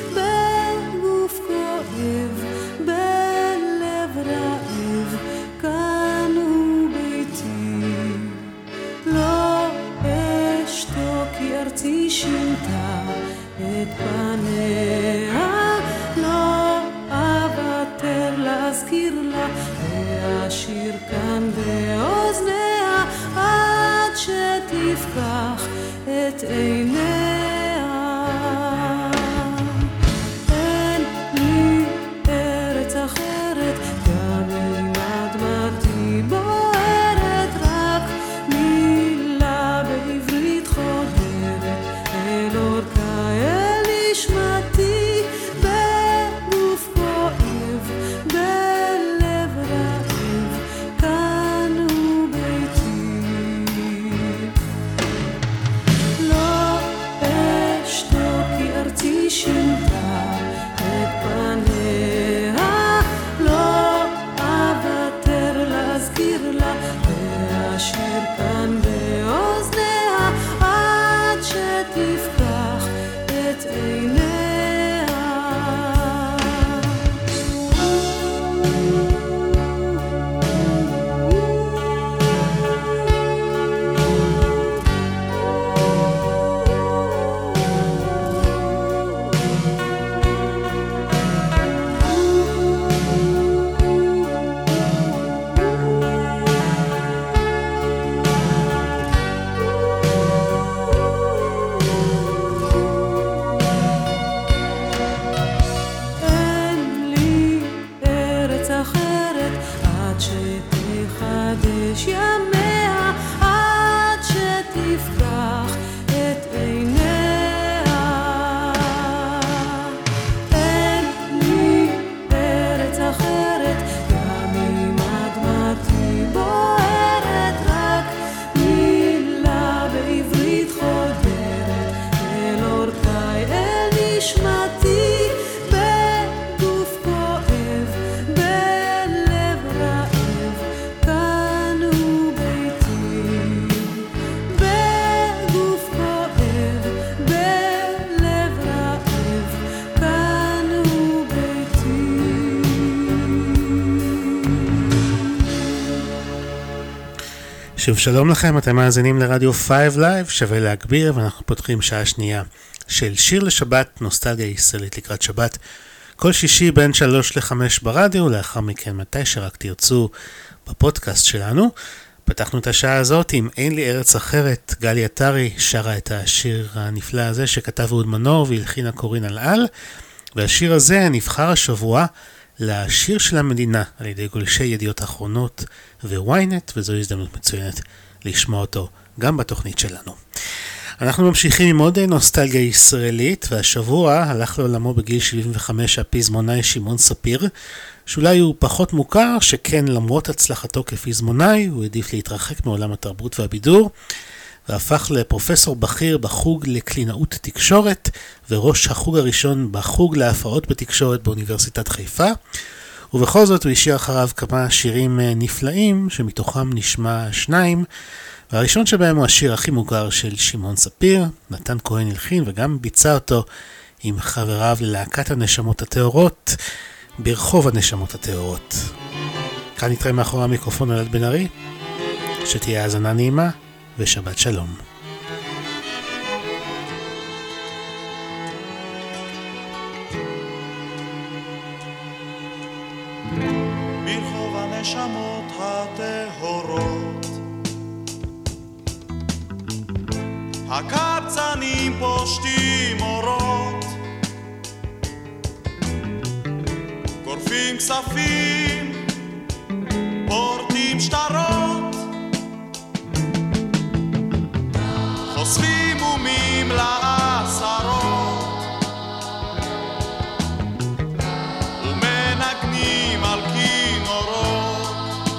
בלב רעב את עיניה. אין לי ארץ אחרת, גם אם אדמתי בוערת, רק מילה בעברית חודרת אל אורכה, אל נשמתי, בגוף כואב, בלב רעב, כאן הוא ביתי. לא אשתוק כי ארצי שינתה את פניה, לא אוותר להזכיר לה והשיר כאן באוזניה, עד שתפקח את עיניה. אין לי ארץ אחרת, עד שתחדש ימיה, עד שתפקח את עיניה. אין לי ארץ אחרת, גם אם אדמתי בוערת, רק מילה בעברית חודרת אל אורכה, אל נשמתי, בגוף כואב, בלב רעב, כאן הוא ביתי. בגוף כואב, בלב רעב, כאן הוא ביתי. שוב שלום לכם, אתם מאזינים לרדיו פייב לייב, שווה להגביר, ואנחנו פותחים שעה שנייה של שיר לשבת, נוסטלגיה ישראלית לקראת שבת, כל שישי בין שלוש לחמש ברדיו, לאחר מכן מתי שרק תרצו בפודקאסט שלנו. פתחנו את השעה הזאת עם אין לי ארץ אחרת, גלי עטרי שרה את השיר הנפלא הזה שכתב אהוד מנור והלחינה קורין אלעל, והשיר הזה נבחר השבוע לשיר של המדינה על ידי גולשי ידיעות אחרונות וויינט, וזו הזדמנות מצוינת לשמוע אותו גם בתוכנית שלנו. אנחנו ממשיכים עם עוד נוסטלגיה ישראלית, והשבוע הלך לעולמו בגיל שבעים וחמש הפזמונאי שמעון ספיר, שאולי הוא פחות מוכר, שכן למרות הצלחתו כפזמונאי הוא העדיף להתרחק מעולם התרבות והבידור, והפך לפרופסור בכיר בחוג לקלינאות תקשורת, וראש החוג הראשון בחוג להפרעות בתקשורת באוניברסיטת חיפה, ובכל זאת הוא השאיר אחריו כמה שירים נפלאים, שמתוכם נשמע שניים, והראשון שבהם הוא השיר הכי מוכר של שמעון ספיר, נתן כהן הלחין וגם ביצע אותו עם חבריו ללהקת הנשמות הטהורות, ברחוב הנשמות הטהורות. כאן נתראה מאחורי המיקרופון אלעד בן ארי, שתהיה האזנה נעימה ושבת שלום. ברחוב הנשמות הטהורות הקבצנים פושטים אורות, גורפים כספים, פורטים שטרות, חושפים מומים לעשרות, ומנגנים על כינורות.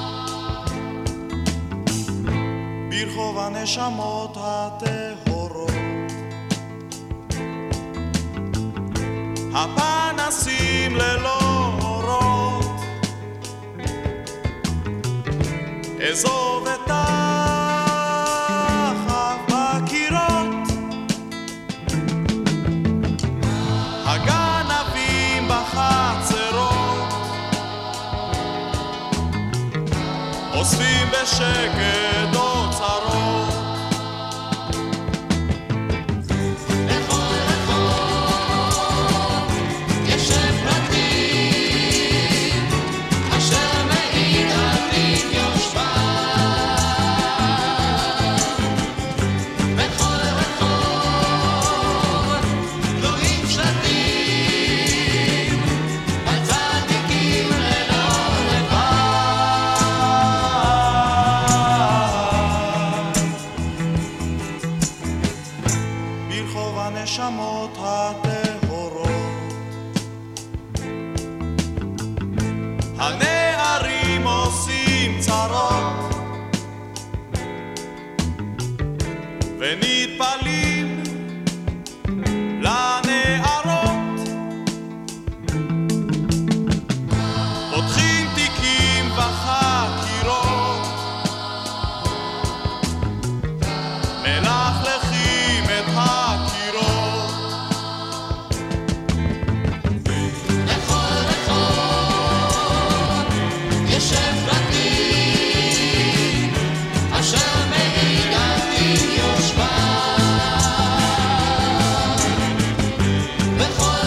ברחוב הנשמות הטהורות הפנסים ללא אורות, אזוב את החב בקירות, הגנבים בחצרות, אוספים בשקט אוצרות. בכל רחוב ונטפלים לנערות, פותחים תיקים וחקירות, מלכלכים את הקירות. לכל רחוב ישב פרטי אשר מעיד על דין יושבה, בכל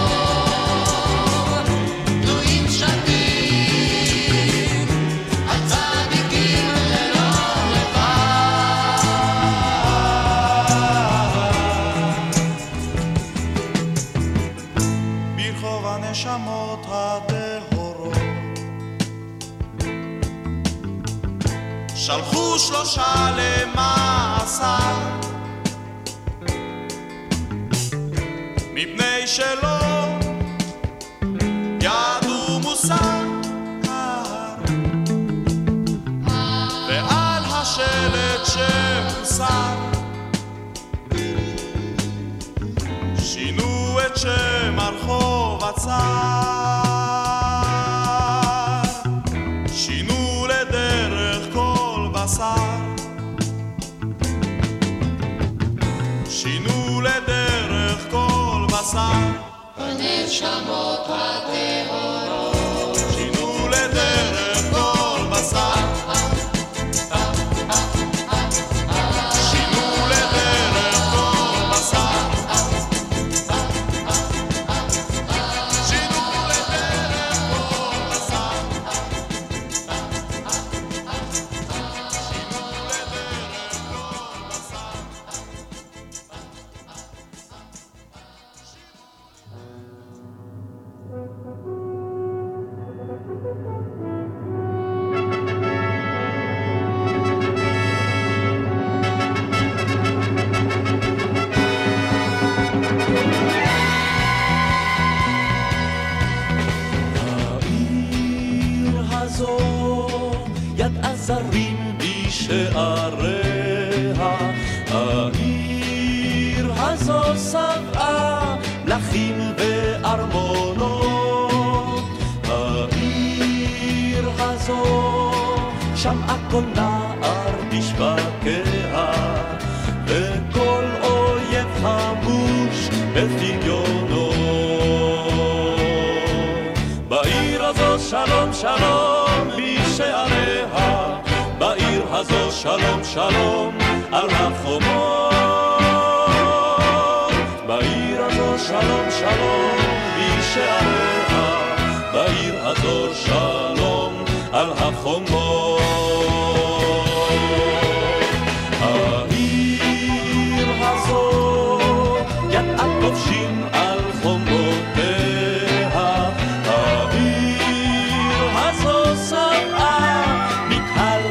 רחוב תלויים שלטים על צדיקים ללא לבב. ברחוב הנשמות הטהורות שלחו שלושה למאסר מפני שלא ידעו מוסר, ועל השלט שמוסר שינו את שם הרחוב הצר, שינו לדרך כל בשר, שינו לדרך כל בשר, הנשמות הטהורות שינו לדרך כל בשר, שינו לדרך כל בשר, שינו לדרך כל בשר, שינו לדרך כל בשר. העיר הזו ידעה זרים בשעריה, העיר הזו שבעה מלכים וארמונות, העיר הזו שמעה כל נער בשבקיה, וכל אויב חמוש בפדיונו. בעיר הזו שלום שלום בשעריה, בעיר הזו שלום שלום על החומות, בעיר הזו שלום שלום בשעריה, בעיר הזו שלום על החומות. העיר הזו ידעה כובשים על חומותיה, העיר הזו שבעה מקהל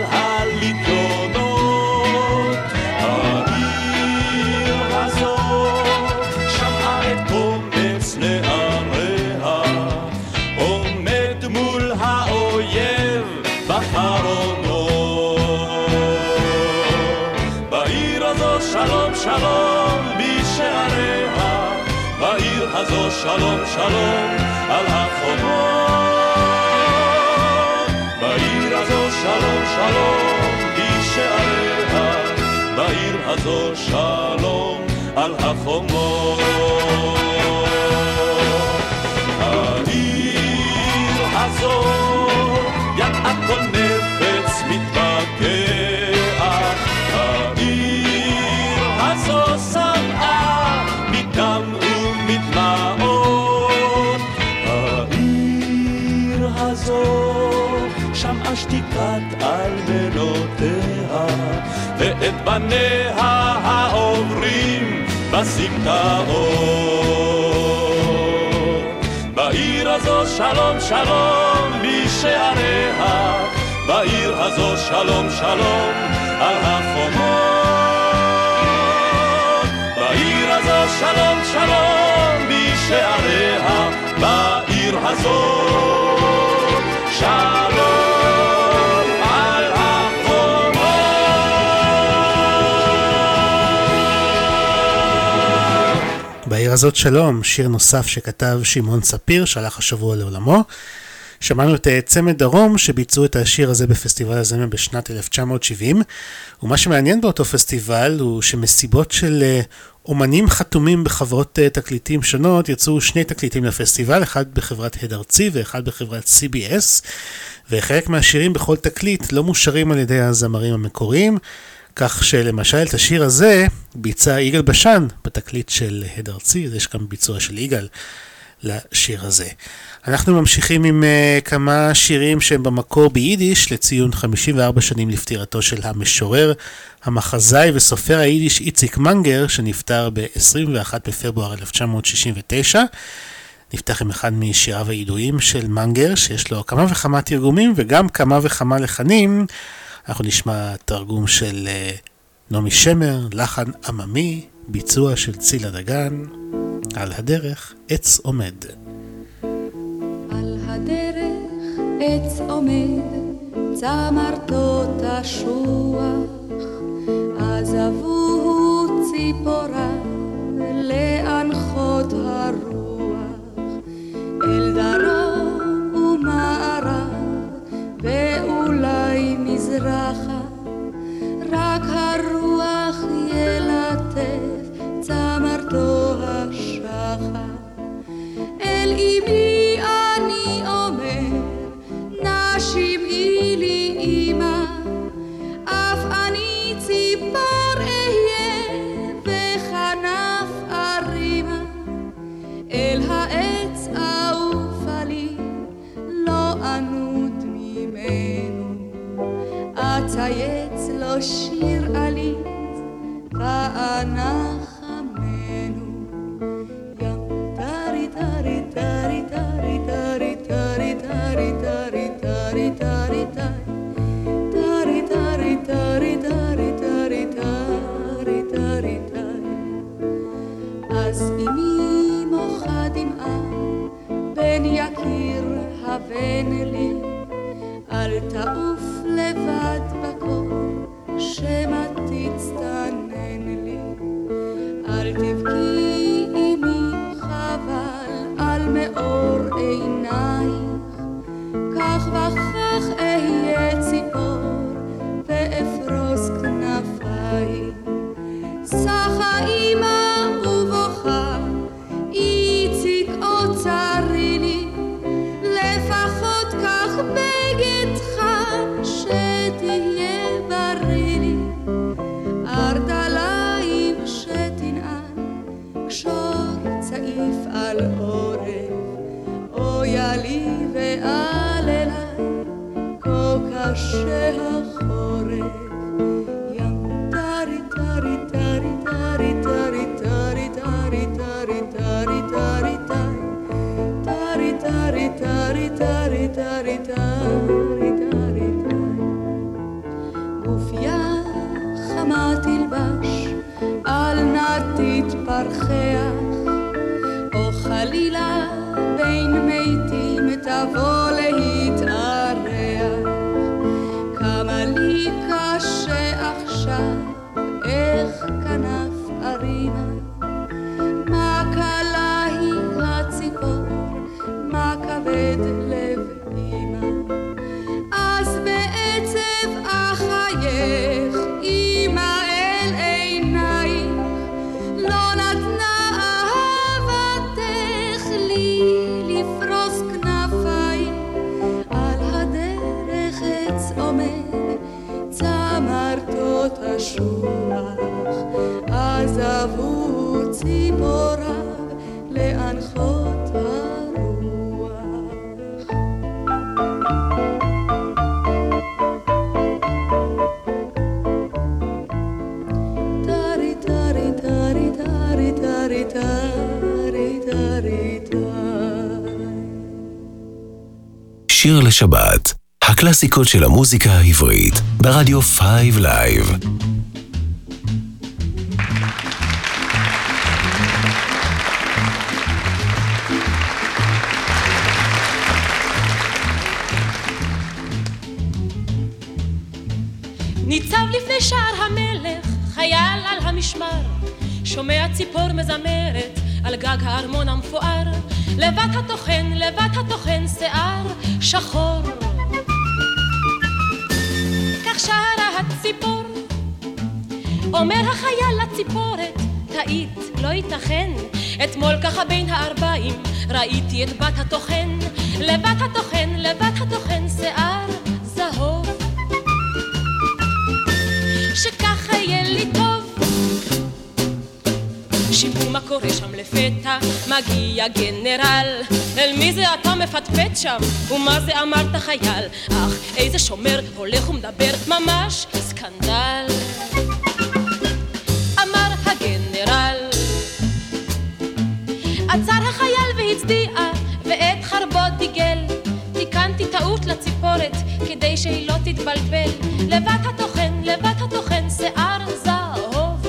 הלגיונות, העיר הזו שמעה את קומץ נעריה עומד מול האויב בחרונות. בעיר הזו שלום שלום בשעריה, בעיר הזו שלום שלום על החומות, בעיר הזו שלום שלום בשעריה, בעיר הזו שלום על החומות. העיר הזו ידעה כל נפץ מתבקע, העיר הזו שבעה מדם ומדמעות, העיר הזו שמעה שתיקת אלמנותיה ואת בניה העוברים בסמטאות. בעיר הזו שלום שלום בשעריה, בעיר הזו שלום שלום על החומות, בעיר הזו שלום שלום בשעריה, בעיר הזו שלום על החומות. רזות שלום, שיר נוסף שכתב שמעון ספיר, שהלך השבוע לעולמו. שמענו את צמד דרום שביצעו את השיר הזה בפסטיבל הזמר בשנת אלף תשע מאות שבעים, ומה שמעניין באותו פסטיבל הוא שמסיבות של אומנים חתומים בחברות תקליטים שונות יצאו שני תקליטים לפסטיבל, אחד בחברת הד ארצי ואחד בחברת סי בי אס, וחלק מהשירים בכל תקליט לא מושרים על ידי הזמרים המקוריים, כך שלמשל את השיר הזה ביצע יגאל בשן בתקליט של הד ארצי, אז יש גם ביצוע של יגאל לשיר הזה. אנחנו ממשיכים עם uh, כמה שירים שהם במקור ביידיש לציון חמישים וארבע שנים לפטירתו של המשורר, המחזאי וסופר היידיש איציק מנגר, שנפטר ב-עשרים ואחד בפברואר אלף תשע מאות שישים ותשע. נפתח עם אחד משיריו הידועים של מנגר, שיש לו כמה וכמה תרגומים וגם כמה וכמה לחנים. אנחנו נשמע תרגום של uh, נעמי שמר, לחן עממי, ביצוע של צילה דגן, על הדרך עץ עומד. על הדרך עץ עומד, צמרתו תשוח, עזבוהו ציפוריו להנחות הרוח, אל דרום ומערב ואולי מזרחה, רק הרוח ילטף צמרתו השחר. אל אמי אני אומר, נשמעי לי אמא, אף אני ציפור אהיה וכנף ארימה, אל העץ אעופה לי, לא ענות ממנו, אצייץ לו שיר עליז ואנח אז אמי מוחה דמעה, בן יקיר הבן לי, אל תעוף לבד בכל, שמא תצטנן לי. אל תבכי אמי חבל על מאור עינייך, כך וכך אהיה ציפור ואפרוס כנפיים. סחה אמא ובוכה, איציק אוצרי לי, לפחות כך בגדך שתהיה בריא לי. ארדליים שתנען, קשור צעיף על עורף, אויה לי ועל אליי, כה קשה החורף. גופיה חמה תלבש, אל נא תתפרחח, או חלילה בין מתים תבוא להתארח. כמה לי קשה עכשיו, איך כנף ארימה, מה קלה היא הציפור, מה כבד לב אמא. אז בעצב אחייך אמא אל עינייך, לא נתנה אהבתך לי לפרוס כנפיים. על הדרך עץ עומד, צמרתו תשוח, עזבו ציפוריו להנחות הרוח. טרי טרי טרי טרי טרי טרי טרי טרי. שיר לשבת, הקלאסיקות של המוזיקה העברית ברדיו פייב לייב. ניצב לפני שער המלך, חייל על המשמר, שומע ציפור מזמרת, על גג הארמון המפואר, לבד התוכן, לבד התוכן, שיער שחור. כך שרה הציפור, אומר החייל לציפורת, טעית, לא ייתכן, אתמול ככה בין הארבעים, ראיתי את בת התוכן, לבת התוכן, לבת התוכן, שיער זהוב. שככה יהיה לי טוב. שיפו מה קורה שם לפתע, מגיע גנרל, אל מי זה אתה מפטפט שם, ומה זה אמרת חייל, אך איזה שומר הולך ומדבר, ממש סקנדל. אמר הגנרל, עצר החייל והצדיע, ואת חרבו דיגל, תיקנתי טעות לציפורת, כדי שהיא לא תתבלבל, לבת התוכן, לבת התוכן, שיער זהוב.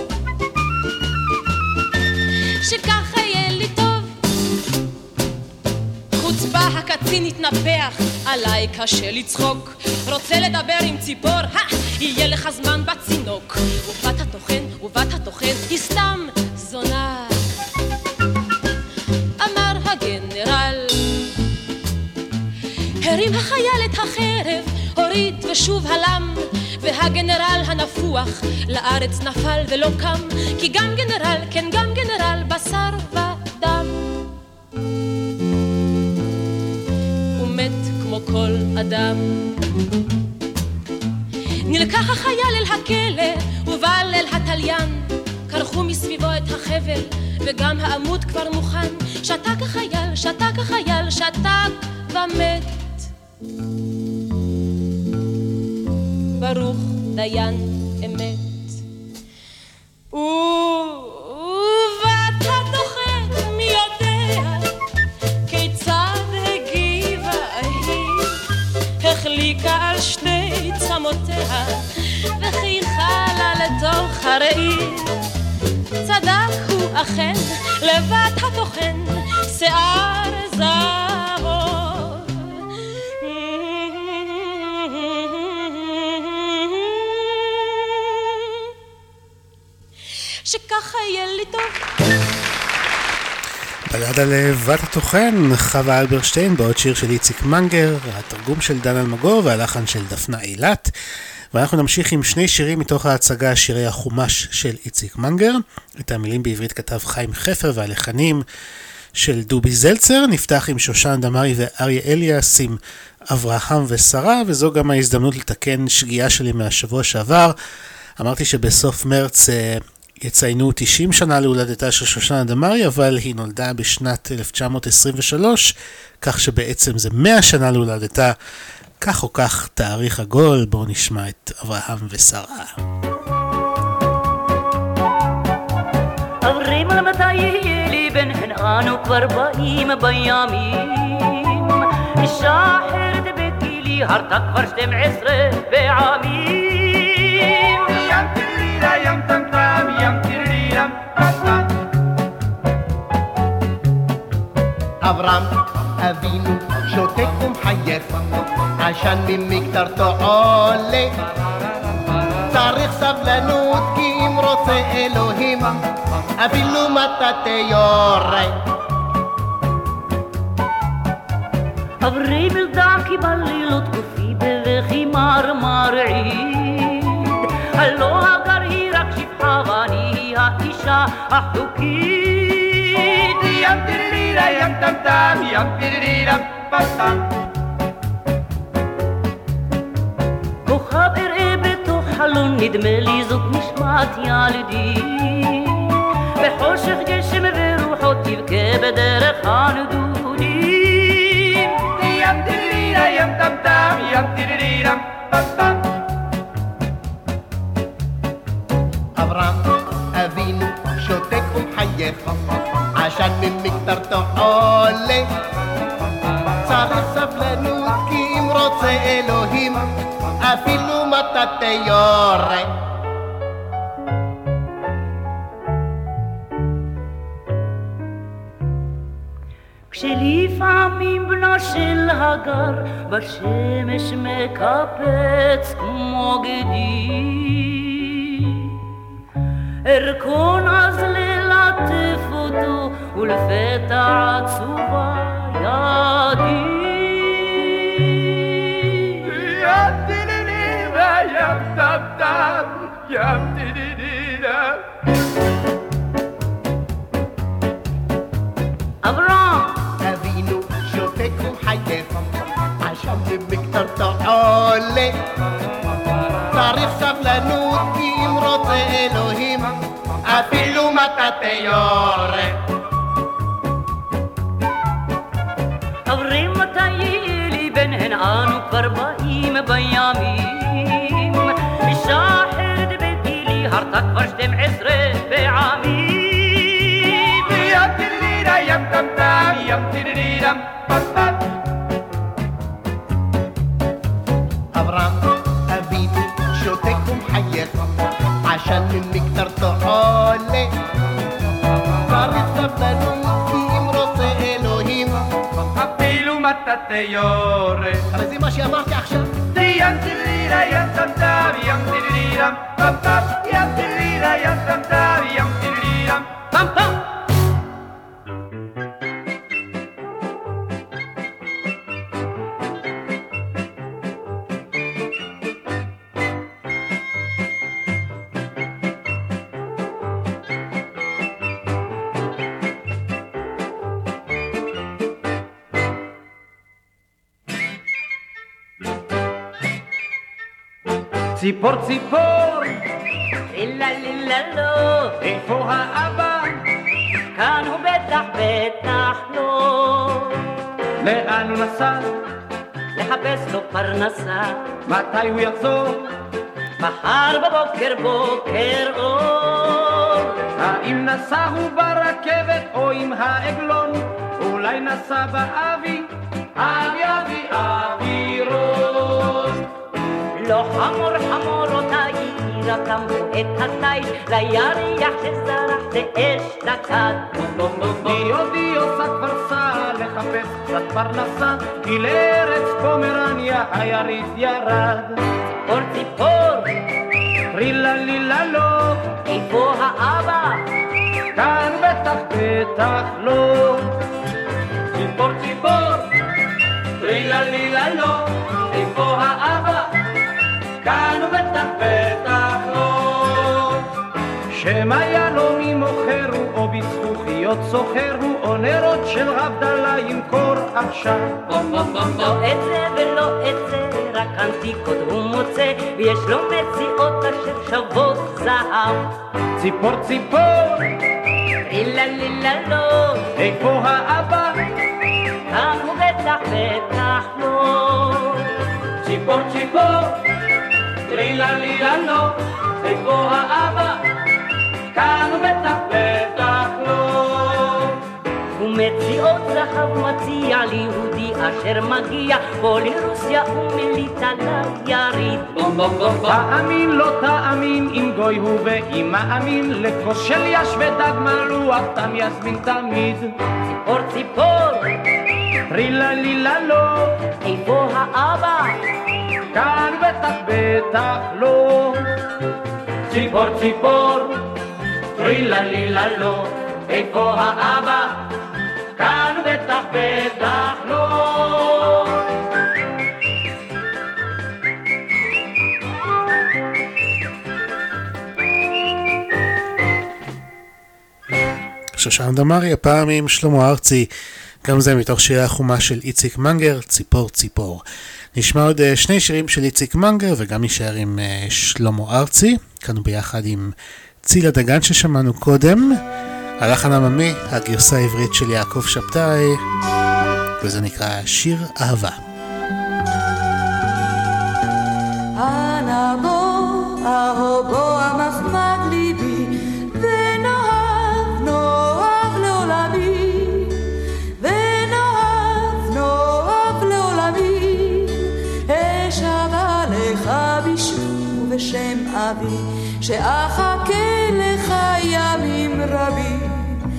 שככה יהיה לי טוב. חוצפה הקצין התנפח, עליי קשה לצחוק, רוצה לדבר עם ציפור, הא, יהיה לך זמן בצינוק. ובת התוכן, ובת התוכן, היא סתם זונה. אמר הגנרל, הרים החייל את החרב, הוריד ושוב הלם, והגנרל הנפוח לארץ נפל ולא קם, כי גם גנרל, כן גם גנרל, בשר ודם. הוא מת כמו כל אדם. נלקח החייל אל הכלא, הובל אל התליין, קרחו מסביבו את החבל, וגם העמוד כבר מוכן, שתק החייל, שתק החייל, שתק ומת. ברוך דיין אמת. ובת התוכן מי יודע כיצד הגיבה היא, החליקה על שתי צמותיה וחייכה לה לתוך הראי. צדק הוא אכן, לבת התוכן, שיער זהוב. שככה יהיה לי טוב. בלד על בת התוכן, חווה אלברשטיין, בעוד שיר של איציק מנגר, התרגום של דן אלמגור והלחן של דפנה אילת. ואנחנו נמשיך עם שני שירים מתוך ההצגה שירי החומש של איציק מנגר. את המילים בעברית כתב חיים חפר והלחנים של דובי זלצר. נפתח עם שושן דמארי ואריה אליאס עם אברהם ושרה, וזו גם ההזדמנות לתקן שגיאה שלי מהשבוע שעבר. אמרתי שבסוף מרץ יציינו תשעים שנה להולדתה של שושנה דמארי, אבל היא נולדה בשנת אלף תשע מאות עשרים ושלוש, כך שבעצם זה מאה שנה להולדתה, כך או כך תאריך עגול. בואו נשמע את אברהם ושרה. אברים על מתי יהיה לי בן, הן אנו כבר באים בימים, אישה אחרת בגילי הרתה כבר שתים עשרה בעמים. ים תרירה ים טמטם ים תרירה פסטם. אברהם אבינו שותק ומחייך, עשן ממקטרתו עולה, צריך סבלנות כי אם רוצה אלוהים אפילו מטאטא יורה. אברי בלדה כי בלילות גופי בבכי מרמרעיד, הלא הגר היא רק שפחה ואני האישה החוקית. ים תרירה ים טמטם ים תרירה פסטם. כוכב אראה בתוך חלון, נדמה לי זאת נשמת ילדי, בחושך גשם ורוחות תבכה בדרך הנדודים. ים תרירה ים טמטם ים תרירה פסטם. אברהם אבינו שותק ומחייך, עשן ממקטרתו עולה, צריך סבלנות כי אם רוצה אלוהים אפילו מטאטא יורה. כשלפעמים בנו של הגר בשמש מקפץ כמו גדי, ארכון אז ללטף אותו קטע עצובה ידי ים דידידי וים טם טם ים דידידי אברהם אבינו שותק ומחייך עשם במקטרתו עולה צריך סבלנות כי אם רוצה אלוהים אפילו מטאטא יורה חברים מתי לי ביניהן אנו כבר באים בימים אישה אחרת בגילי הרתה כבר שתים עשרה פעמים ים דידידי ים טם טם ים דידידי פפפ אברהם אבינו שותק ומחייך עשן ממקטרתו עולה צריך סבלנות כי אם רוצה אלוהים אפילו מטאטא יורה הרי זה מה שאמרתי עכשיו ים דידידי ים טם טם ים דידידי פפפ ים דידידי ים טם טם ים דידידי פפפ ציפור ציפור לילה לילה לא איפה האבא? כאן הוא בטח בטח לא לאן הוא נסע? לחפש לו פרנסה מתי הוא יחזור? מחר בבוקר בוקר אור האם נסע הוא ברכבת או עם העגלון? אולי נסע באבי? אבי אבי אווירון לא חמור חמור אותה היא רקמו את התיל לירח שזרח זה אש דקת דיו דיו סע כפרסה לחפש קצת פרנסה כי לארץ פומרניה היריד ירד ציפור ציפור רילה לילה לא איפה האבא? כאן בטח בטח לא ציפור ציפור רילה לילה לא איפה האבא? כאן ובטח בטח לא שמא יהלומי מוכרו או בזכוכיות סוחרו או נרות של הבדלה ימכור עכשיו לא את זה ולא את זה רק אנטיקות הוא מוצא ויש לו מציאות אשר שוות זהב ציפור ציפור רילה לילה לא איפה האבא? כאן ובטח בטח לא ציפור ציפור רילה לילה לא איפה האבא? כאן ובטח בטח לא ומציאות זהב מציע ליהודי אשר מגיע פה לרוסיה ומליטה ליריד תאמין לא תאמין אם גוי הוא ואם מאמין לכוס של יש ודג מלוח תם יזמין תמיד ציפור ציפור רילה לילה לא איפה האבא? כאן בטח בטח לא ציפור ציפור רילה לילה לא איפה האבא? כאן בטח בטח לא שושן דמארי הפעם עם שלמה ארצי, גם זה מתוך שירי החומה של איציק מנגר, ציפור ציפור. נשמע עוד שני שירים של איציק מנגר וגם נשאר עם שלמה ארצי, כאן ביחד עם צילה דגן ששמענו קודם, הלחן עממי, הגרסה העברית של יעקב שבתאי, וזה נקרא שיר אהבה. אנא בוא, אהו בוא המחמד ליבי, ונאהב, נאהב לעולמי, ונאהב, נאהב לעולמי, אשבה לך בשמי ובשם אבי, שאחכה לך ימים רבים.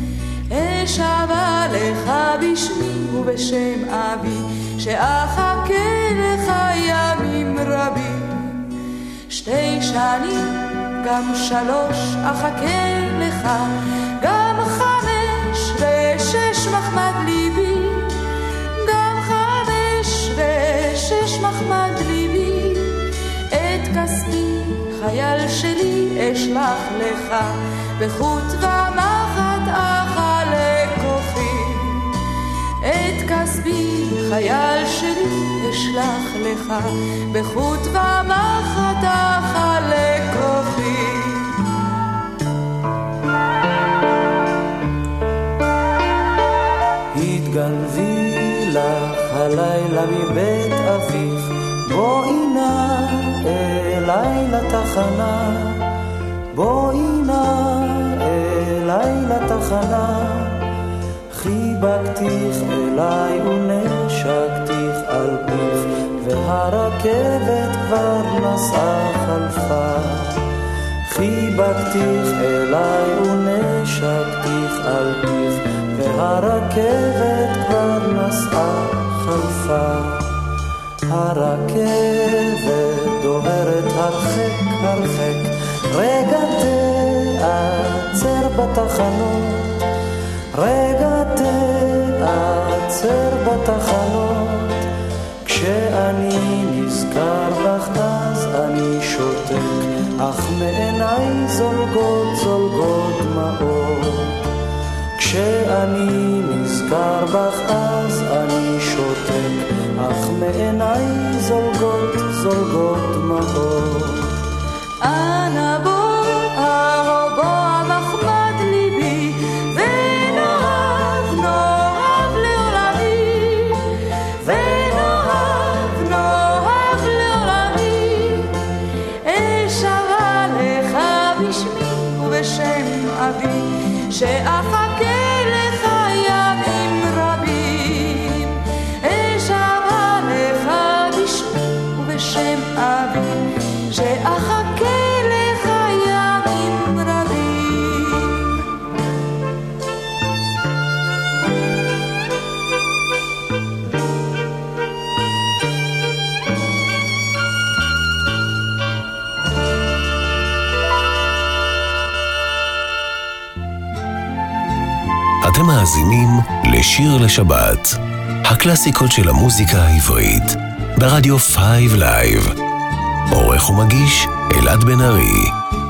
אשבה לך בשמי ובשם אבי, שאחכה לך ימים רבים. שתי שנים, גם שלוש אחכה לך, גם חמש ושש חייל שלי אשלח לך, בחוט ומחט אכלה כוחי. את כספי חייל שלי אשלח לך, בחוט ומחט אכלה כוחי. התגנבי לך הלילה מבית אביך, בואי נא אליי לתחנה, בואי נא אליי לתחנה. חיבקתיך אליי ונשקתיך על פיך, והרכבת כבר נסעה חלפה. חיבקתיך אליי ונשקתיך על פיך, והרכבת כבר נסעה חלפה. הרכבת דוהרת הרחק הרחק, רגע תעצר בתחנות, רגע תעצר בתחנות. כשאני נזכר בך אז אני שותק, אך מעיניי זולגות זולגות דמעות. כשאני נזכר בך אז אני שותק, אך מעיניי זולגות זולגות דמעות. אנא בוא אהובו מחמד ליבי, ונאהב נאהב לעולמי, ונאהב נאהב לעולמי. אשרה לך בשמי ובשם אבי, שאחכה לך ימים רבים. אשרה לך בשמי ובשם אבי, שאחכה לך ימים רבים. אתם מאזינים לשיר לשבת, הקלאסיקות של המוזיקה העברית, ברדיו פייב לייב. עורך ומגיש אלעד בן ארי.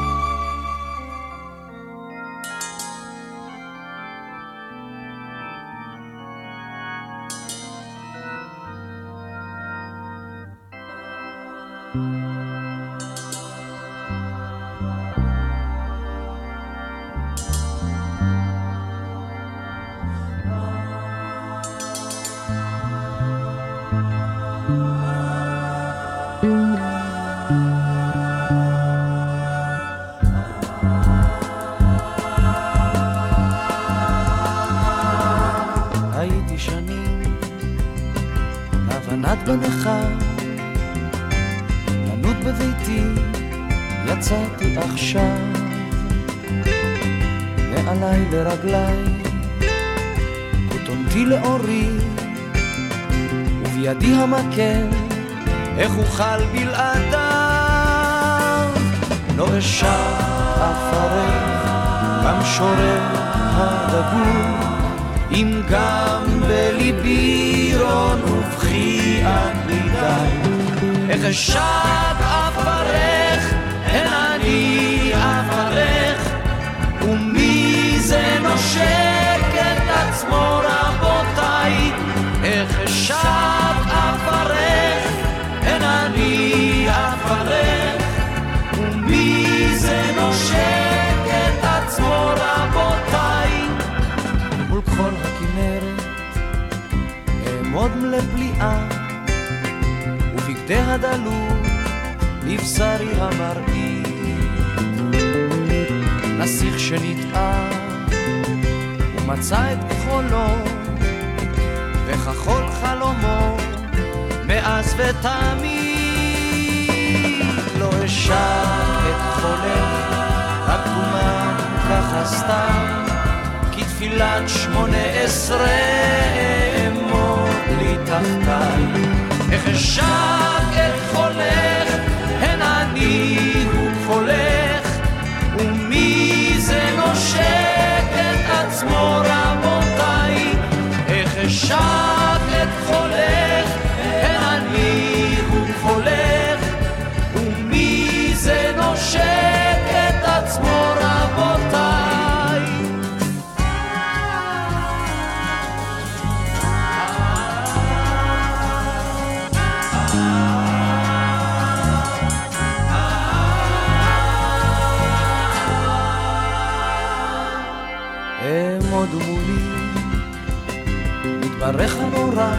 לנות בביתי יצאתי עכשיו, ועליי לרגליי כותונתי לאורי, ובידי המקל, איך אוכל בלעדיו. לא אשע אפרך גם שורר הדגור, אם גם בליבי רון ובכי עד מדי. איך אשק אפרך, הן אני אפרך, ומי זה נושק את עצמו רבותיי. איך אשק אפרך, הן אני אפרך, ומי זה נושק את עצמו רבותיי. מול כחול הכנרת אעמוד לפליאה, ובגדי הדלות לבשרי המראית. נסיך שנטעה ומצא את כחולו, וכחול חלומו מאז ותמיד. לא אשק את חולך הקדומה ככה סתם, כתפילת שמונה עשרה אמור לי תחתיי. איך אשק את חולך, הן אני הוא כחולך, ומי זה נושק את עצמו רבותיי. איך אשק את חולך, הן אני הוא כחולך, ומי זה נושק תעמוד מולי, מתברך הנורא,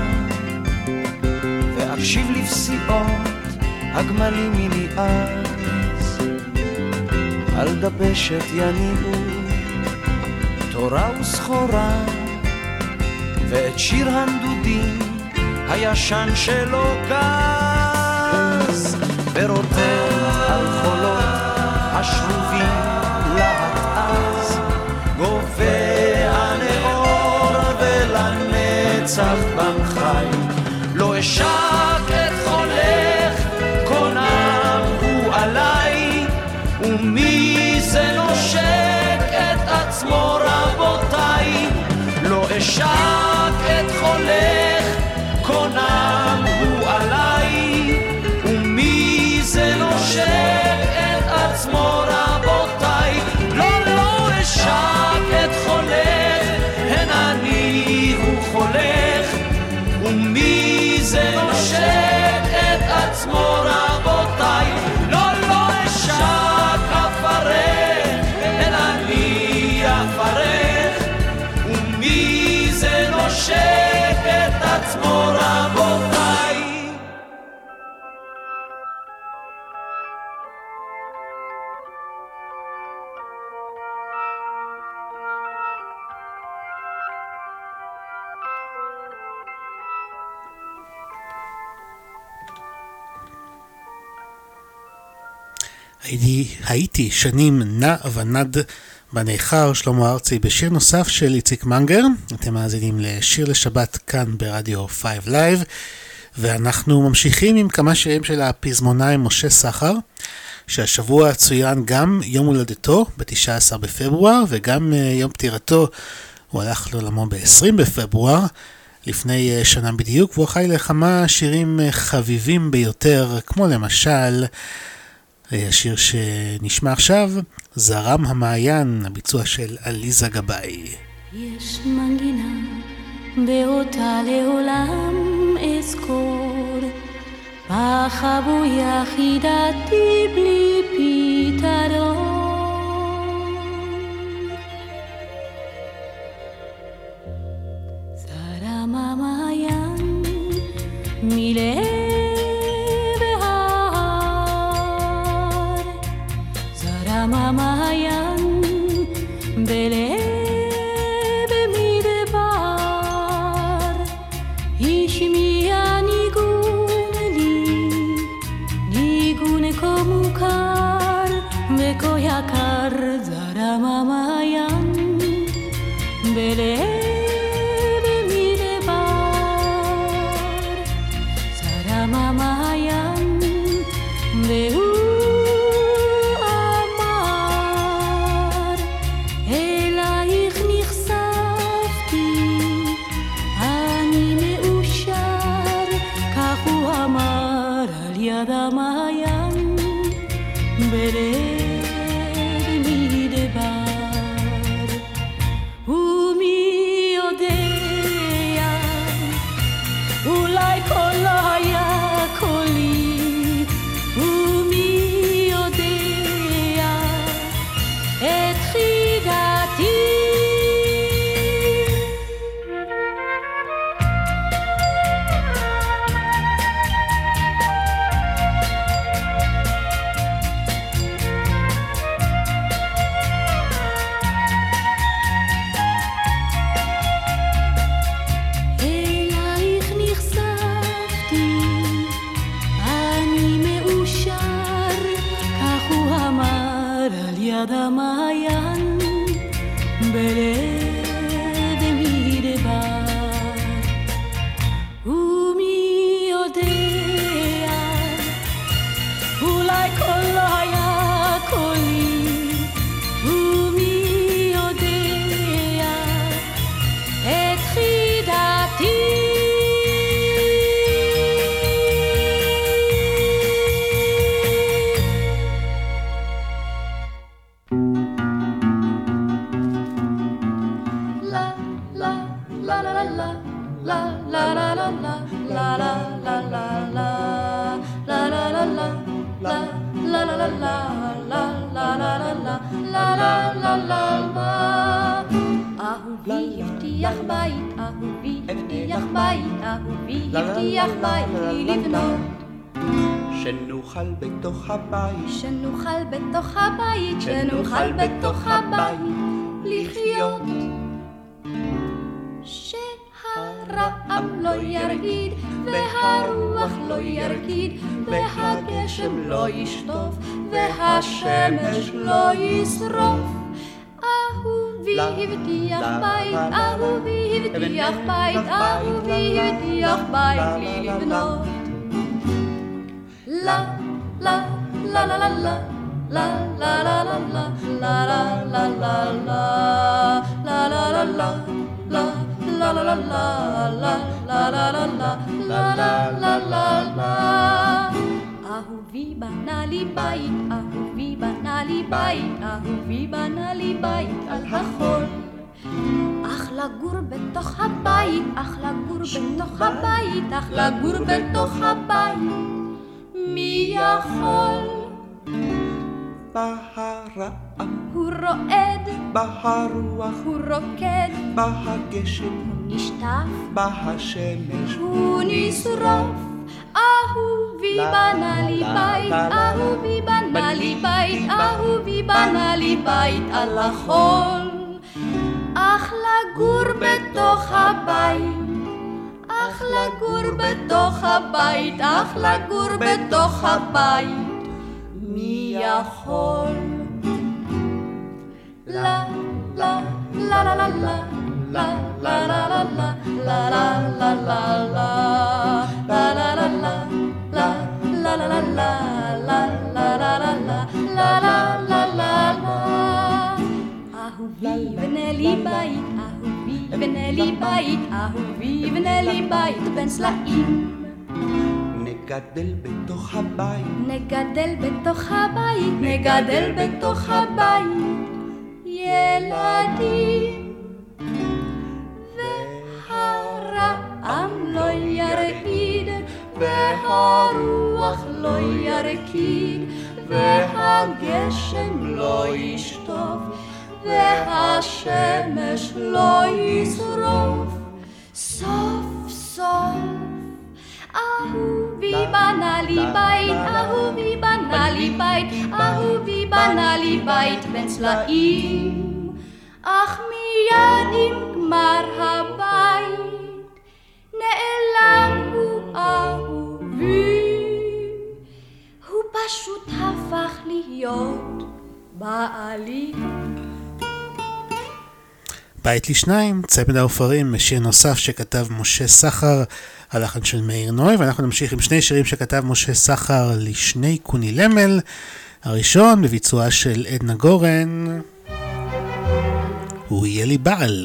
ואקשיב לפסיעות הגמלים מני אז, על דבשת יניעו תורה וסחורה, ואת שיר הנדודים הישן שלו גז, ורוטל על חולות השרובים להט אז, גובע נאור ולנצח במחי, לא אשק את חולך קונם הוא עליי, ומי זה נושק את עצמו רבותיי, לא אשק את חולך קונם הוא עליי, ומי זה נושק את עצמו רבותיי, לא לא אשק את חולך, הן אני הוא חולך, ומי זה נושק את עצמו רבותיי, לא לא אשק אפרך, הן אני אפרך, ומי זה נושק את עצמו רבותיי. הייתי, הייתי שנים נע ונד בניכר, שלמה ארצי בשיר נוסף של איציק מנגר. אתם מאזינים לשיר לשבת כאן ברדיו פייב לייב, ואנחנו ממשיכים עם כמה שירים של הפזמונאי משה סחר, שהשבוע צוין גם יום הולדתו ב-תשעה עשר בפברואר, וגם יום פטירתו, הוא הלך לעולמו ב-עשרים בפברואר לפני שנה בדיוק, והוא חי לכמה שירים חביבים ביותר, כמו למשל השיר שנשמע עכשיו, זרם המעיין, הביצוע של עליזה גבאי. יש מנגינה באותה לעולם אזכור, בחבו יחידתי בלי פתרון, זרם המעיין מלב המעיין בלב מדבר, השמיע ניגון לי, ניגון כה מוכר וכה יקר, זרם המעיין בלב מדבר, זרם המעיין והוא המעיין בלב מדבר, ומי יודע, אולי קולו היה קולי, ומי יודע את חידתי. המעיין בלב מדבר, ומי יודע, אולי קולו היה קולי, ומי יודע את חידתי. אהובי הבטיח בית, אהובי הבטיח בית, אהובי הבטיח בית לי לבנות. שנוכל בתוך הבית, שנוכל בתוך הבית, שנוכל בתוך הבית לחיות. שהרעם לא ירעיד, והרוח לא ירקיד, והגשם לא ישטוף, והשמש לא ישרוף. אהובי הבטיח בית, אהובי הבטיח בית, אהובי הבטיח בית לי לבנות. לה לה לה לה לה לה לה לה לה לה לה לה לה לה לה לה La la la la la la la la la la la la la. אהובי בנה לי בית, אהובי בנה לי בית, אהובי בנה לי בית על החול. אך לגור בתוך הבית, אך לגור בתוך הבית, אך לגור בתוך הבית, מי יכול? בהרעם הוא רועד, בהרוח הוא רוקד, בהגשם הוא נשטף, בהשמש הוא נשרוף. אהובי בנה לי בית, אהובי בנה לי בית, אהובי בנה לי בית על החול. אך לגור בתוך הבית, אך לגור בתוך הבית, אך לגור בתוך הבית, מי יכול? לה לה לה לה לה לה לה לה לה לה לה לה לה לה לה. אהובי בנה לי בית, אהובי בנה לי בית, אהובי בנה לי בית בין סלעים. נגדל בתוך הבית, נגדל בתוך הבית, נגדל בתוך הבית ילדים. והרעם לא ירעיד, והרוח לא ירקיד, והגשם לא ישטוף, והשמש לא ישרוף. סוף סוף אהובי בנה לי בית, אהובי בנה לי בית, אהובי בנה לי בית בין סלעים. אך מיד עם גמר הבית נעלם הוא אהובי, הוא פשוט הפך להיות בעלי. בית לשניים, צמד העופרים, שיר נוסף שכתב משה סחר, הלחן של מאיר נוי, ואנחנו נמשיך עם שני שירים שכתב משה סחר לשני קוני למל. הראשון בביצועה של עדנה גורן, הוא יהיה לי בעל.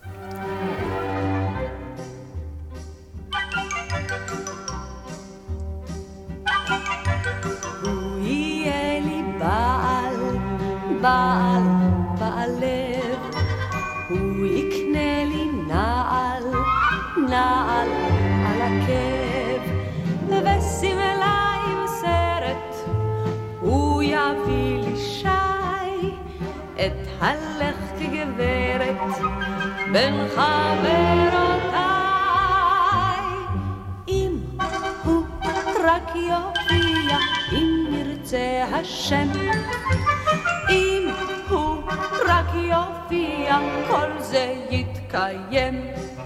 הוא יהיה לי בעל, בעל, בעל לב, הוא יקנה לי נעל, נעל על עקב, ושים אליי סרט, הוא יביא לי שי, את הלך כגברת בין חברותיי. אם הוא רק יופיע, אם ירצה השם, אם הוא רק יופיע, כל זה יתקיים.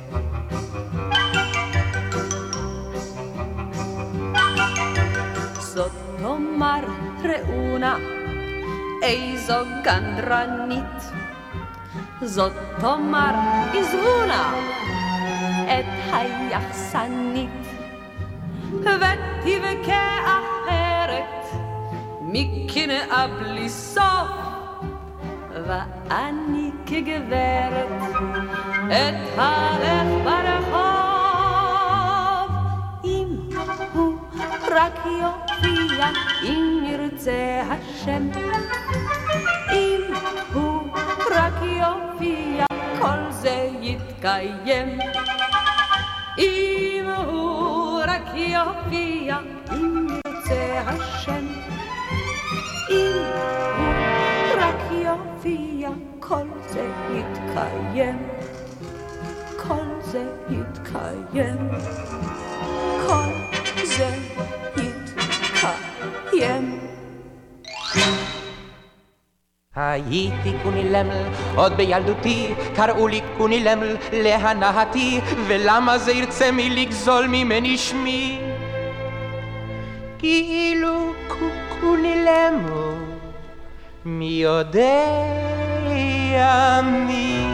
זאת תאמר ראונה, איזו גנדרנית, זאת תאמר עזבונה, את היחסנית, ותבכה אחרת מקנאה בלי סוף, ואני כגברת את הלך ברחוב. אם הוא רק יופיע, אם ירצה השם, אם הוא רק יופיע, כל זה יתקיים. אם הוא רק יופיע, אם ירצה השם, אם הוא רק יופיע, כל זה יתקיים. יתקיים, כל זה יתקיים. הייתי קוני למל, עוד בילדותי, קראו לי קוני למל להנאתי, ולמה זה ירצה מי לגזול ממני שמי? כאילו קוני למל, מי יודע מי?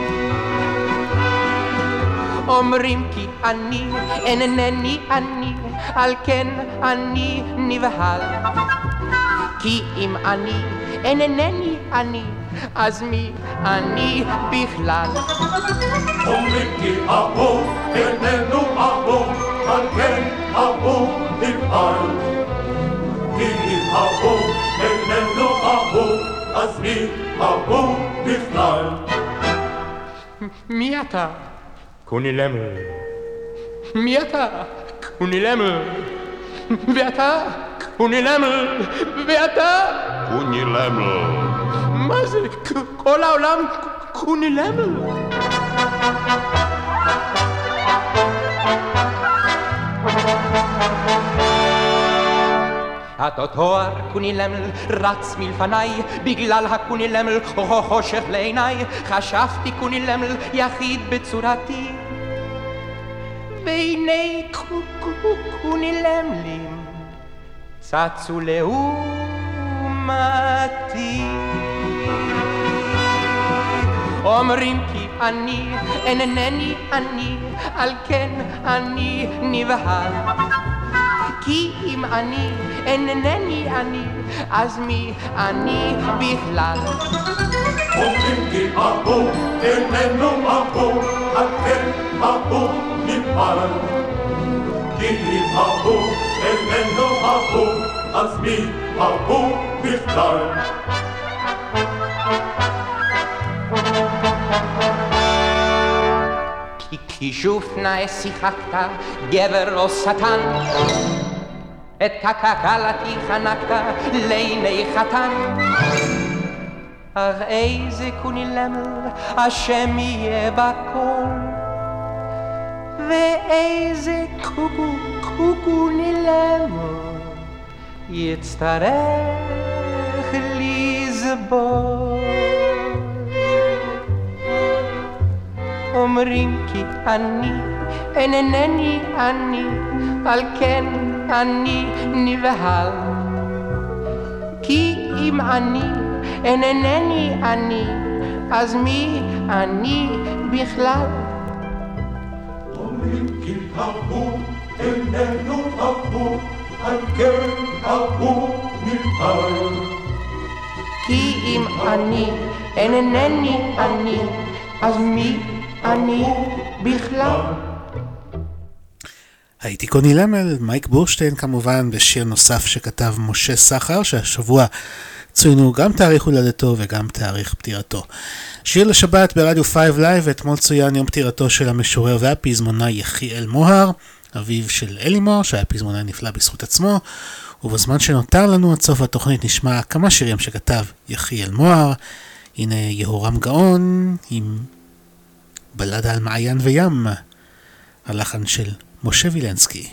אומרים כי אני אינני אני, על כן אני נבהל. כי אם אני אינני אני, אז מי אני בכלל? אומרים כי אבו איננו אבו, על כן אבו נבהל. כי אם אבו איננו אבו, אז מי אבו בכלל? מי אתה? קוני למל. מי אתה? קוני למל. ואתה? קוני למל. ואתה? קוני למל. מה זה? כל העולם קוני למל. התותואר קוני למל רץ מלפניי, בגלל הקוני למל חושך לעיניי. חשבתי קוני למל יחיד בצורתי, והנה קוני למלים צצו לעומתי. אומרים כי אני אינני אני, על כן אני נבהל. כי אם אני אינני אני, אז מי אני בכלל? אומרים כי אבו איננו אבו, על כן אבו נבהל. כי אם אבו איננו אבו, אז מי אבו בכלל? כי שוב נאה שיחקת, גבר או שטן, את כלתי חנקת לעיני חתן. אך איזה קוני למל השם יהיה בכל, ואיזה קוני למל יצטרך לסבול. אומרים כי אני אינני אני, על כן אני נבהל. כי אם אני אינני אני, אז מי אני בכלל? אומרים כי אבו איננו אבו, על כן אבו נבהל. כי אם אני אינני אני, אז מי אני בכלל? הייתי קוני למל, מייק בורשטיין כמובן, בשיר נוסף שכתב משה סחר, שהשבוע צוינו גם תאריך הולדתו וגם תאריך פטירתו. שיר לשבת ברדיו פייב לייב, ואתמול צוין יום פטירתו של המשורר והפזמונאי יחיאל מוהר, אביו של אלי מוהר, שהיה פזמונאי נפלא בזכות עצמו. ובזמן שנותר לנו עד סוף התוכנית נשמע כמה שירים שכתב יחיאל מוהר. הנה יהורם גאון עם בלדה על מעיין וים, הלחן של משה וילנסקי.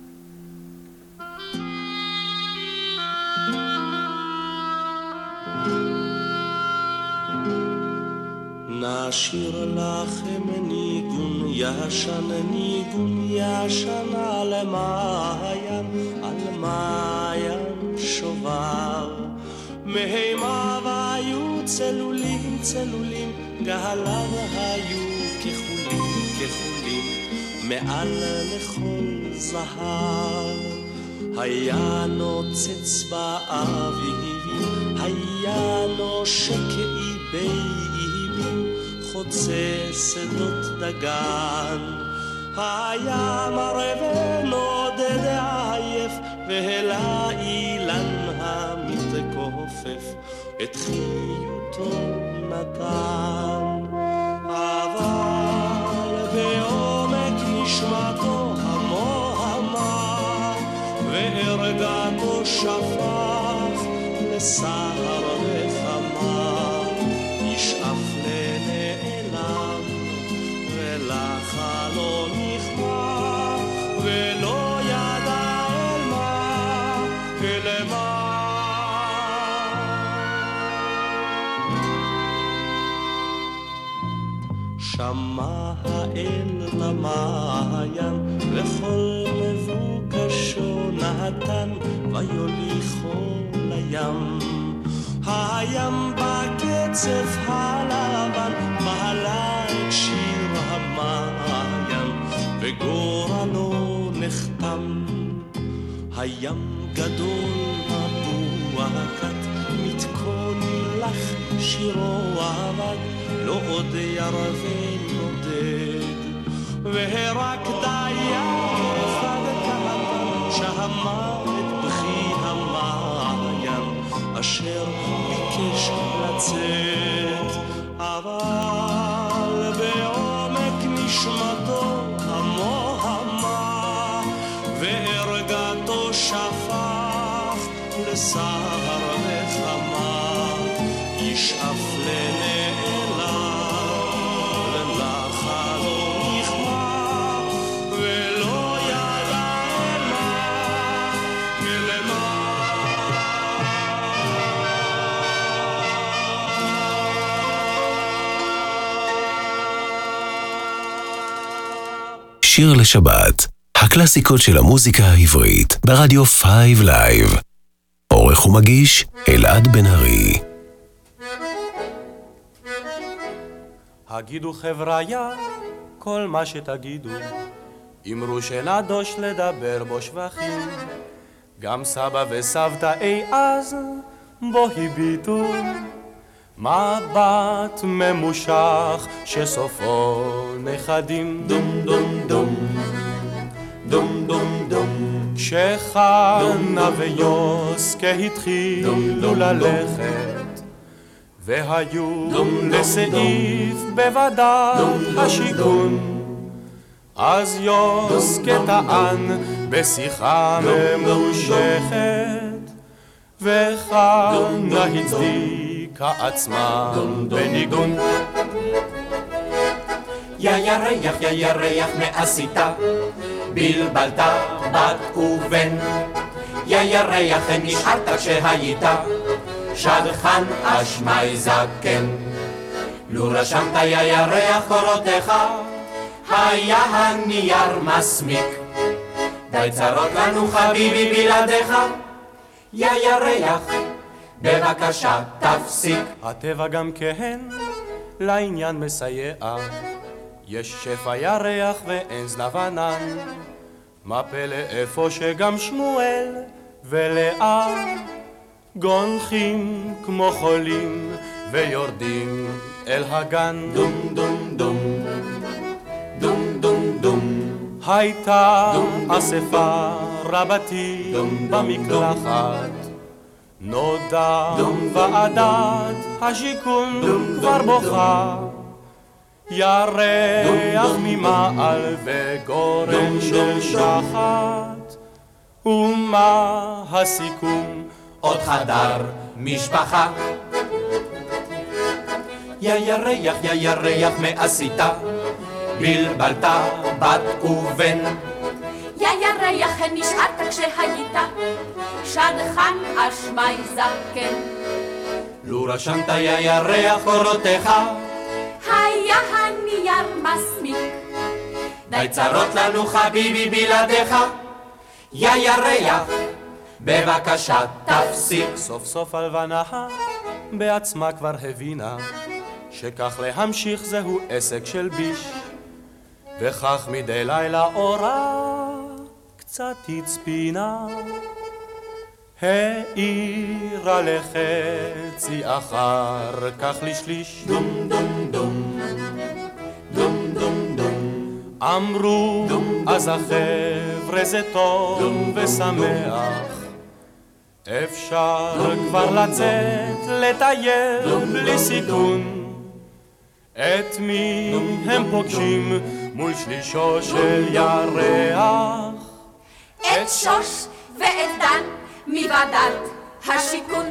נשיר לכם ניגון ישן, ניגון ישן על מעיין, על מעיין שובר. מהימה והיו צלולים צלולים, גהליו היו כחולים כחולים, מעל לכל זהב. היה נוצץ באביבים, היה נושק איבים, חוצה שדות דגן. היה מראה ונודד עייף, והלה אילן המתכופף, את חיותו נתן. אבל בעומק נשמתו המוהמה, והרגעתו שפך לסהר וחמה. ישאף לנעלם ולחלון נכמר, שמע האל למעיין וכל מבוקשו נתן ויוליכו לים. הים בקצף הלבן מעלה את שיר המעיין וגורלו נחתם. הים גדול מבוע כת מתכון לך שירו עבד לא עוד ירווה נודד ורק דייר אחד קטן שמע את בכי המעיין אשר ביקש לצאת אבל בעומק נשמתו המו המה והרגתו שפך לסהר וחמה ישאף לנעלה ללחה לא נכמה ולא ידע אמה מלמה. שיר לשבת, הקלאסיקות של המוזיקה העברית ברדיו פייב לייב. עורך ומגיש אלעד בן ארי. הגידו חבריה כל מה שתגידו, אמרו שנדוש לדבר בו שבחים, גם סבא וסבתא אי אז בו הביטו מבט ממושך שסופו נכדים. דום דום דום דום דום דום כשחנה ויוסקה התחילו ללכת והיו לסעיף בוודאי השיכון, אז יוסקה טען בשיחה ממושכת וחנה הצדיקה עצמה בניגון. יא ירח יא ירח מעשיתה בלבלת בת ובן, יא ירח נשארת כשהיית שדכן אשמי זקן. לו רשמת יא ירח קורותיך היה הנייר מסמיק, די צרות לנו חביבי בלעדיך יא ירח בבקשה תפסיק. הטבע גם כן לעניין מסייע, יש שפע ירח ואין זנב ענן, מה פלא איפה שגם שמואל ולאה גונחים כמו חולים ויורדים אל הגן. דום דום דום דום דום דום הייתה אספה רבתי במקלחת, נודע ועדת השיכון כבר בוכה, ירח ממעל וגורן של שחת, ומה הסיכום? עוד חדר משפחה. יא ירח יא ירח מעשיתה בלבלת בת ובן, יא ירח נשארת כשהיית שדכן אשמי זקן. לו רשמת יא ירח קורותיך היה הנייר מסמיק, די צרות לנו חביבי בלעדיך יא ירח בבקשה תפסיק. סוף סוף הלבנה בעצמה כבר הבינה שכך להמשיך זהו עסק של ביש, וכך מדי לילה אורה קצת הצפינה, העירה לחצי אחר כך לשליש. דום דום דום דום דום דום אמרו אז החבר'ה זה טוב ושמח, אפשר כבר לצאת לטייל בלי סיכון, את מי הם פוגשים מול שלישו של ירח? את שוש ואת דן מוועדת השיכון.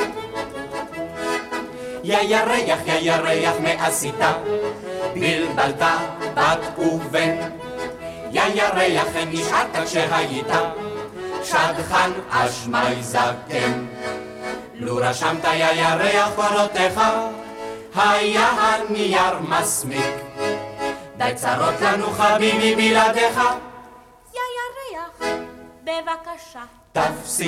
יא ירח יא ירח מעשיתה בלבלת בת ובן, יא ירח נשארת כשהיית שדכן אשמי זקן. לו רשמת יא ירח קורותיך היה הנייר מסמיק. די צרות לנו חביבי בלעדיך, יא ירח, בבקשה. תפסיק.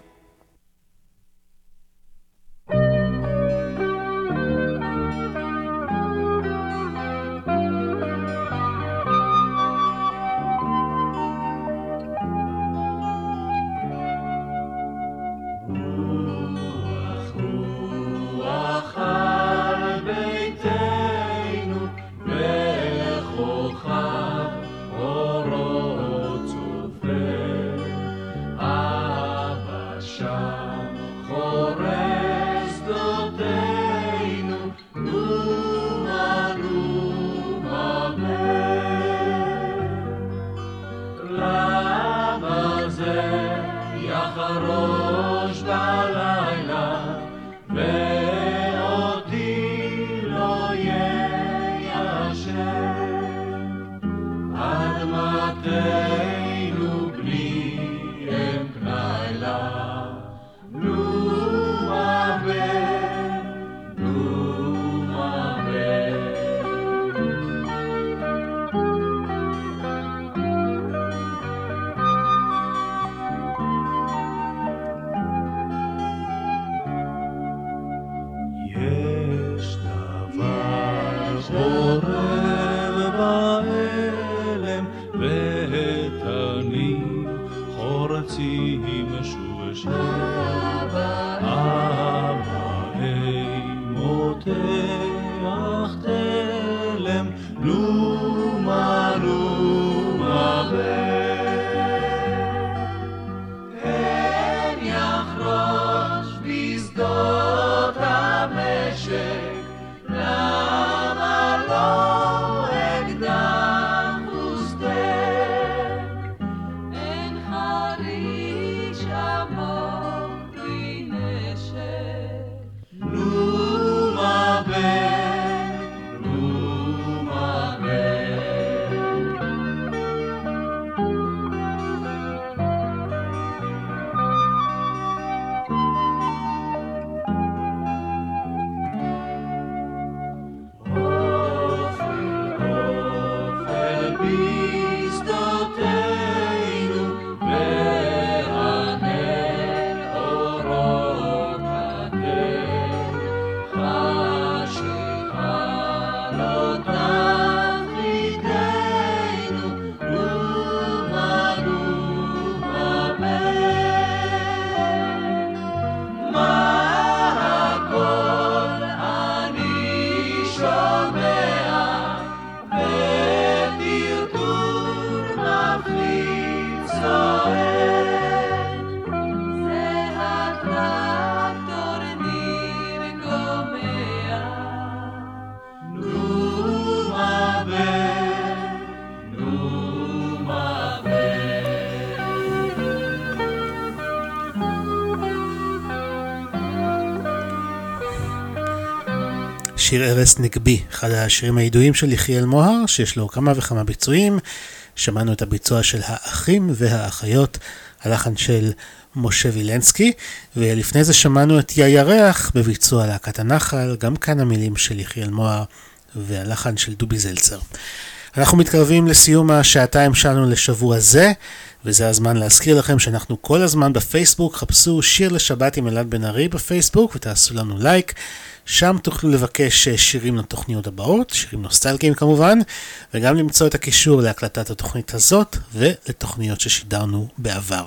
שיר ארס נגבי, אחד השירים הידועים של יחיאל מוהר, שיש לו כמה וכמה ביצועים. שמענו את הביצוע של האחים והאחיות, הלחן של משה וילנסקי, ולפני זה שמענו את יא ירח בביצוע להקת הנחל, גם כאן המילים של יחיאל מוהר והלחן של דובי זלצר. אנחנו מתקרבים לסיום השעתיים שלנו לשבוע זה, וזה הזמן להזכיר לכם שאנחנו כל הזמן בפייסבוק, חפשו שיר לשבת עם אלעד בן ארי בפייסבוק ותעשו לנו לייק. שם תוכלו לבקש שירים לתוכניות הבאות, שירים נוסטלגיים כמובן, וגם למצוא את הקישור להקלטת התוכנית הזאת ולתוכניות ששידרנו בעבר.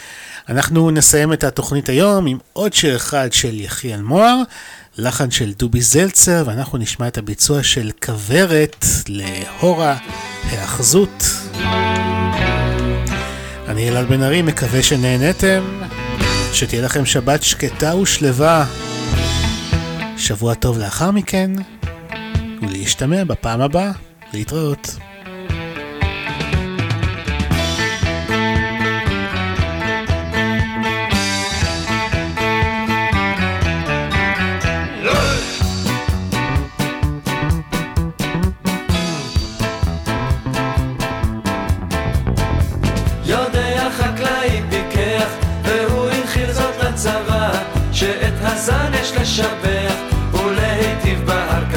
אנחנו נסיים את התוכנית היום עם עוד שיר אחד של יחיאל מוהר, לחן של דובי זלצר, ואנחנו נשמע את הביצוע של כברת להורה האחזות. אני אלעד בן ארי, מקווה שנהנתם, שתהיה לכם שבת שקטה ושלווה, שבוע טוב לאחר מכן, ולהשתמע בפעם הבאה. להתראות. יודע חקלאי פיקח והוא הנחיל זאת לצבא, שאת הזן יש לשבח ולהיטיב בהר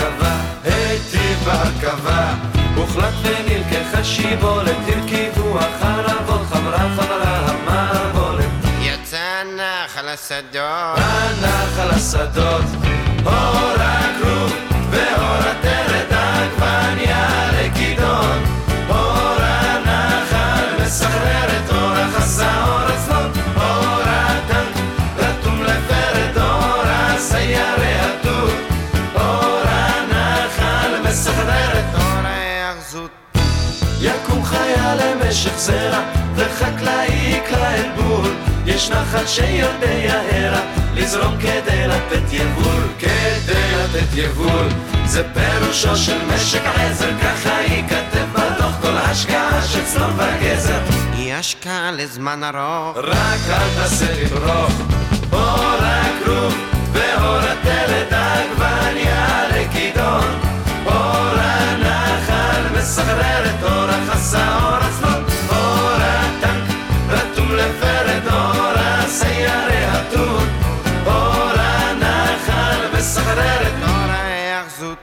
השדות, אור הכרוב ואור הטרד, עגבניה לכידון, אור הנחל מסחרר את אור החסה, אור הצלון, אור הטנק רתום לפרד, אור הסיירי התות, אור הנחל מסחרר את אור ההאחזות. יקום חייל למשך זרע וחקלאי יקרא אל בול, יש נחל שיודע הרה לזרום כדי לתת יבול, כדי לתת יבול, זה פירושו של משק עזר, ככה ייכתב בדוח כל השקעה של צלון וגזר. היא השקעה לזמן ארוך, רק אל תעשה לברוך, אור הכרוב ואור הטלת, עגבניה לכידון, אור הנחל מסחרר את אור החסה, אור הצלון, אור הטנק רתום לפרד, אור הסיירי התות, אור הנחל מסחרר את אור ההאחזות.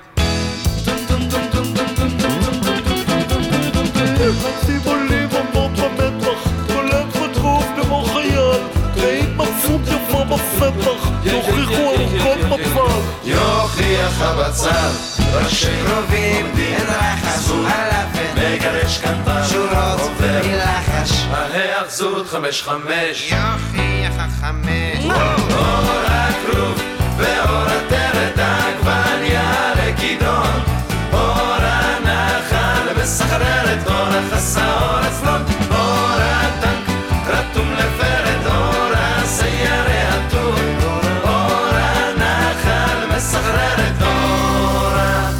רצים עולים עמות במטח, קולט ודרוב כמו חייל, והתמצאות יפה בפתח, יוכיחו ארוכות מצב. יוכיח הבצל, ראשי קרובים, אין רחש, אלפן, מגרש קנטן, שורות, עובר, מלחש, ההאחזות חמש חמש, יוכיח החמש, אור הכרוב ואור הטרד, עגבניה לכידון, אור הנחל מסחרר את אור החסה, אור הצלון, אור הטנק רתום לפרד, אור הסיירי התות, אור הנחל מסחרר את אור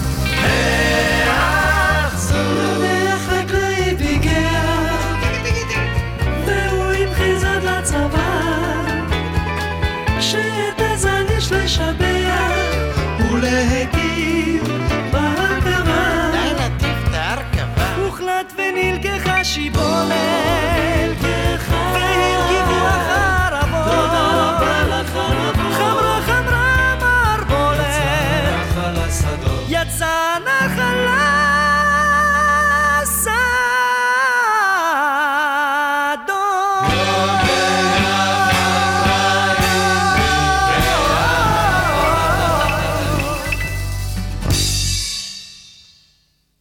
ההאחזות. והחקלאי פיגע והוא המחיז עד לצבא, שאת הזן יש לשבח ולהקים בהרכבה, די לטיף את ההרכבה, הוחלט ונלקחה שיבולת והרכיבו החרבות, תודה רבה לחרבות, חמרה חמרה מערבולת, יצא נחל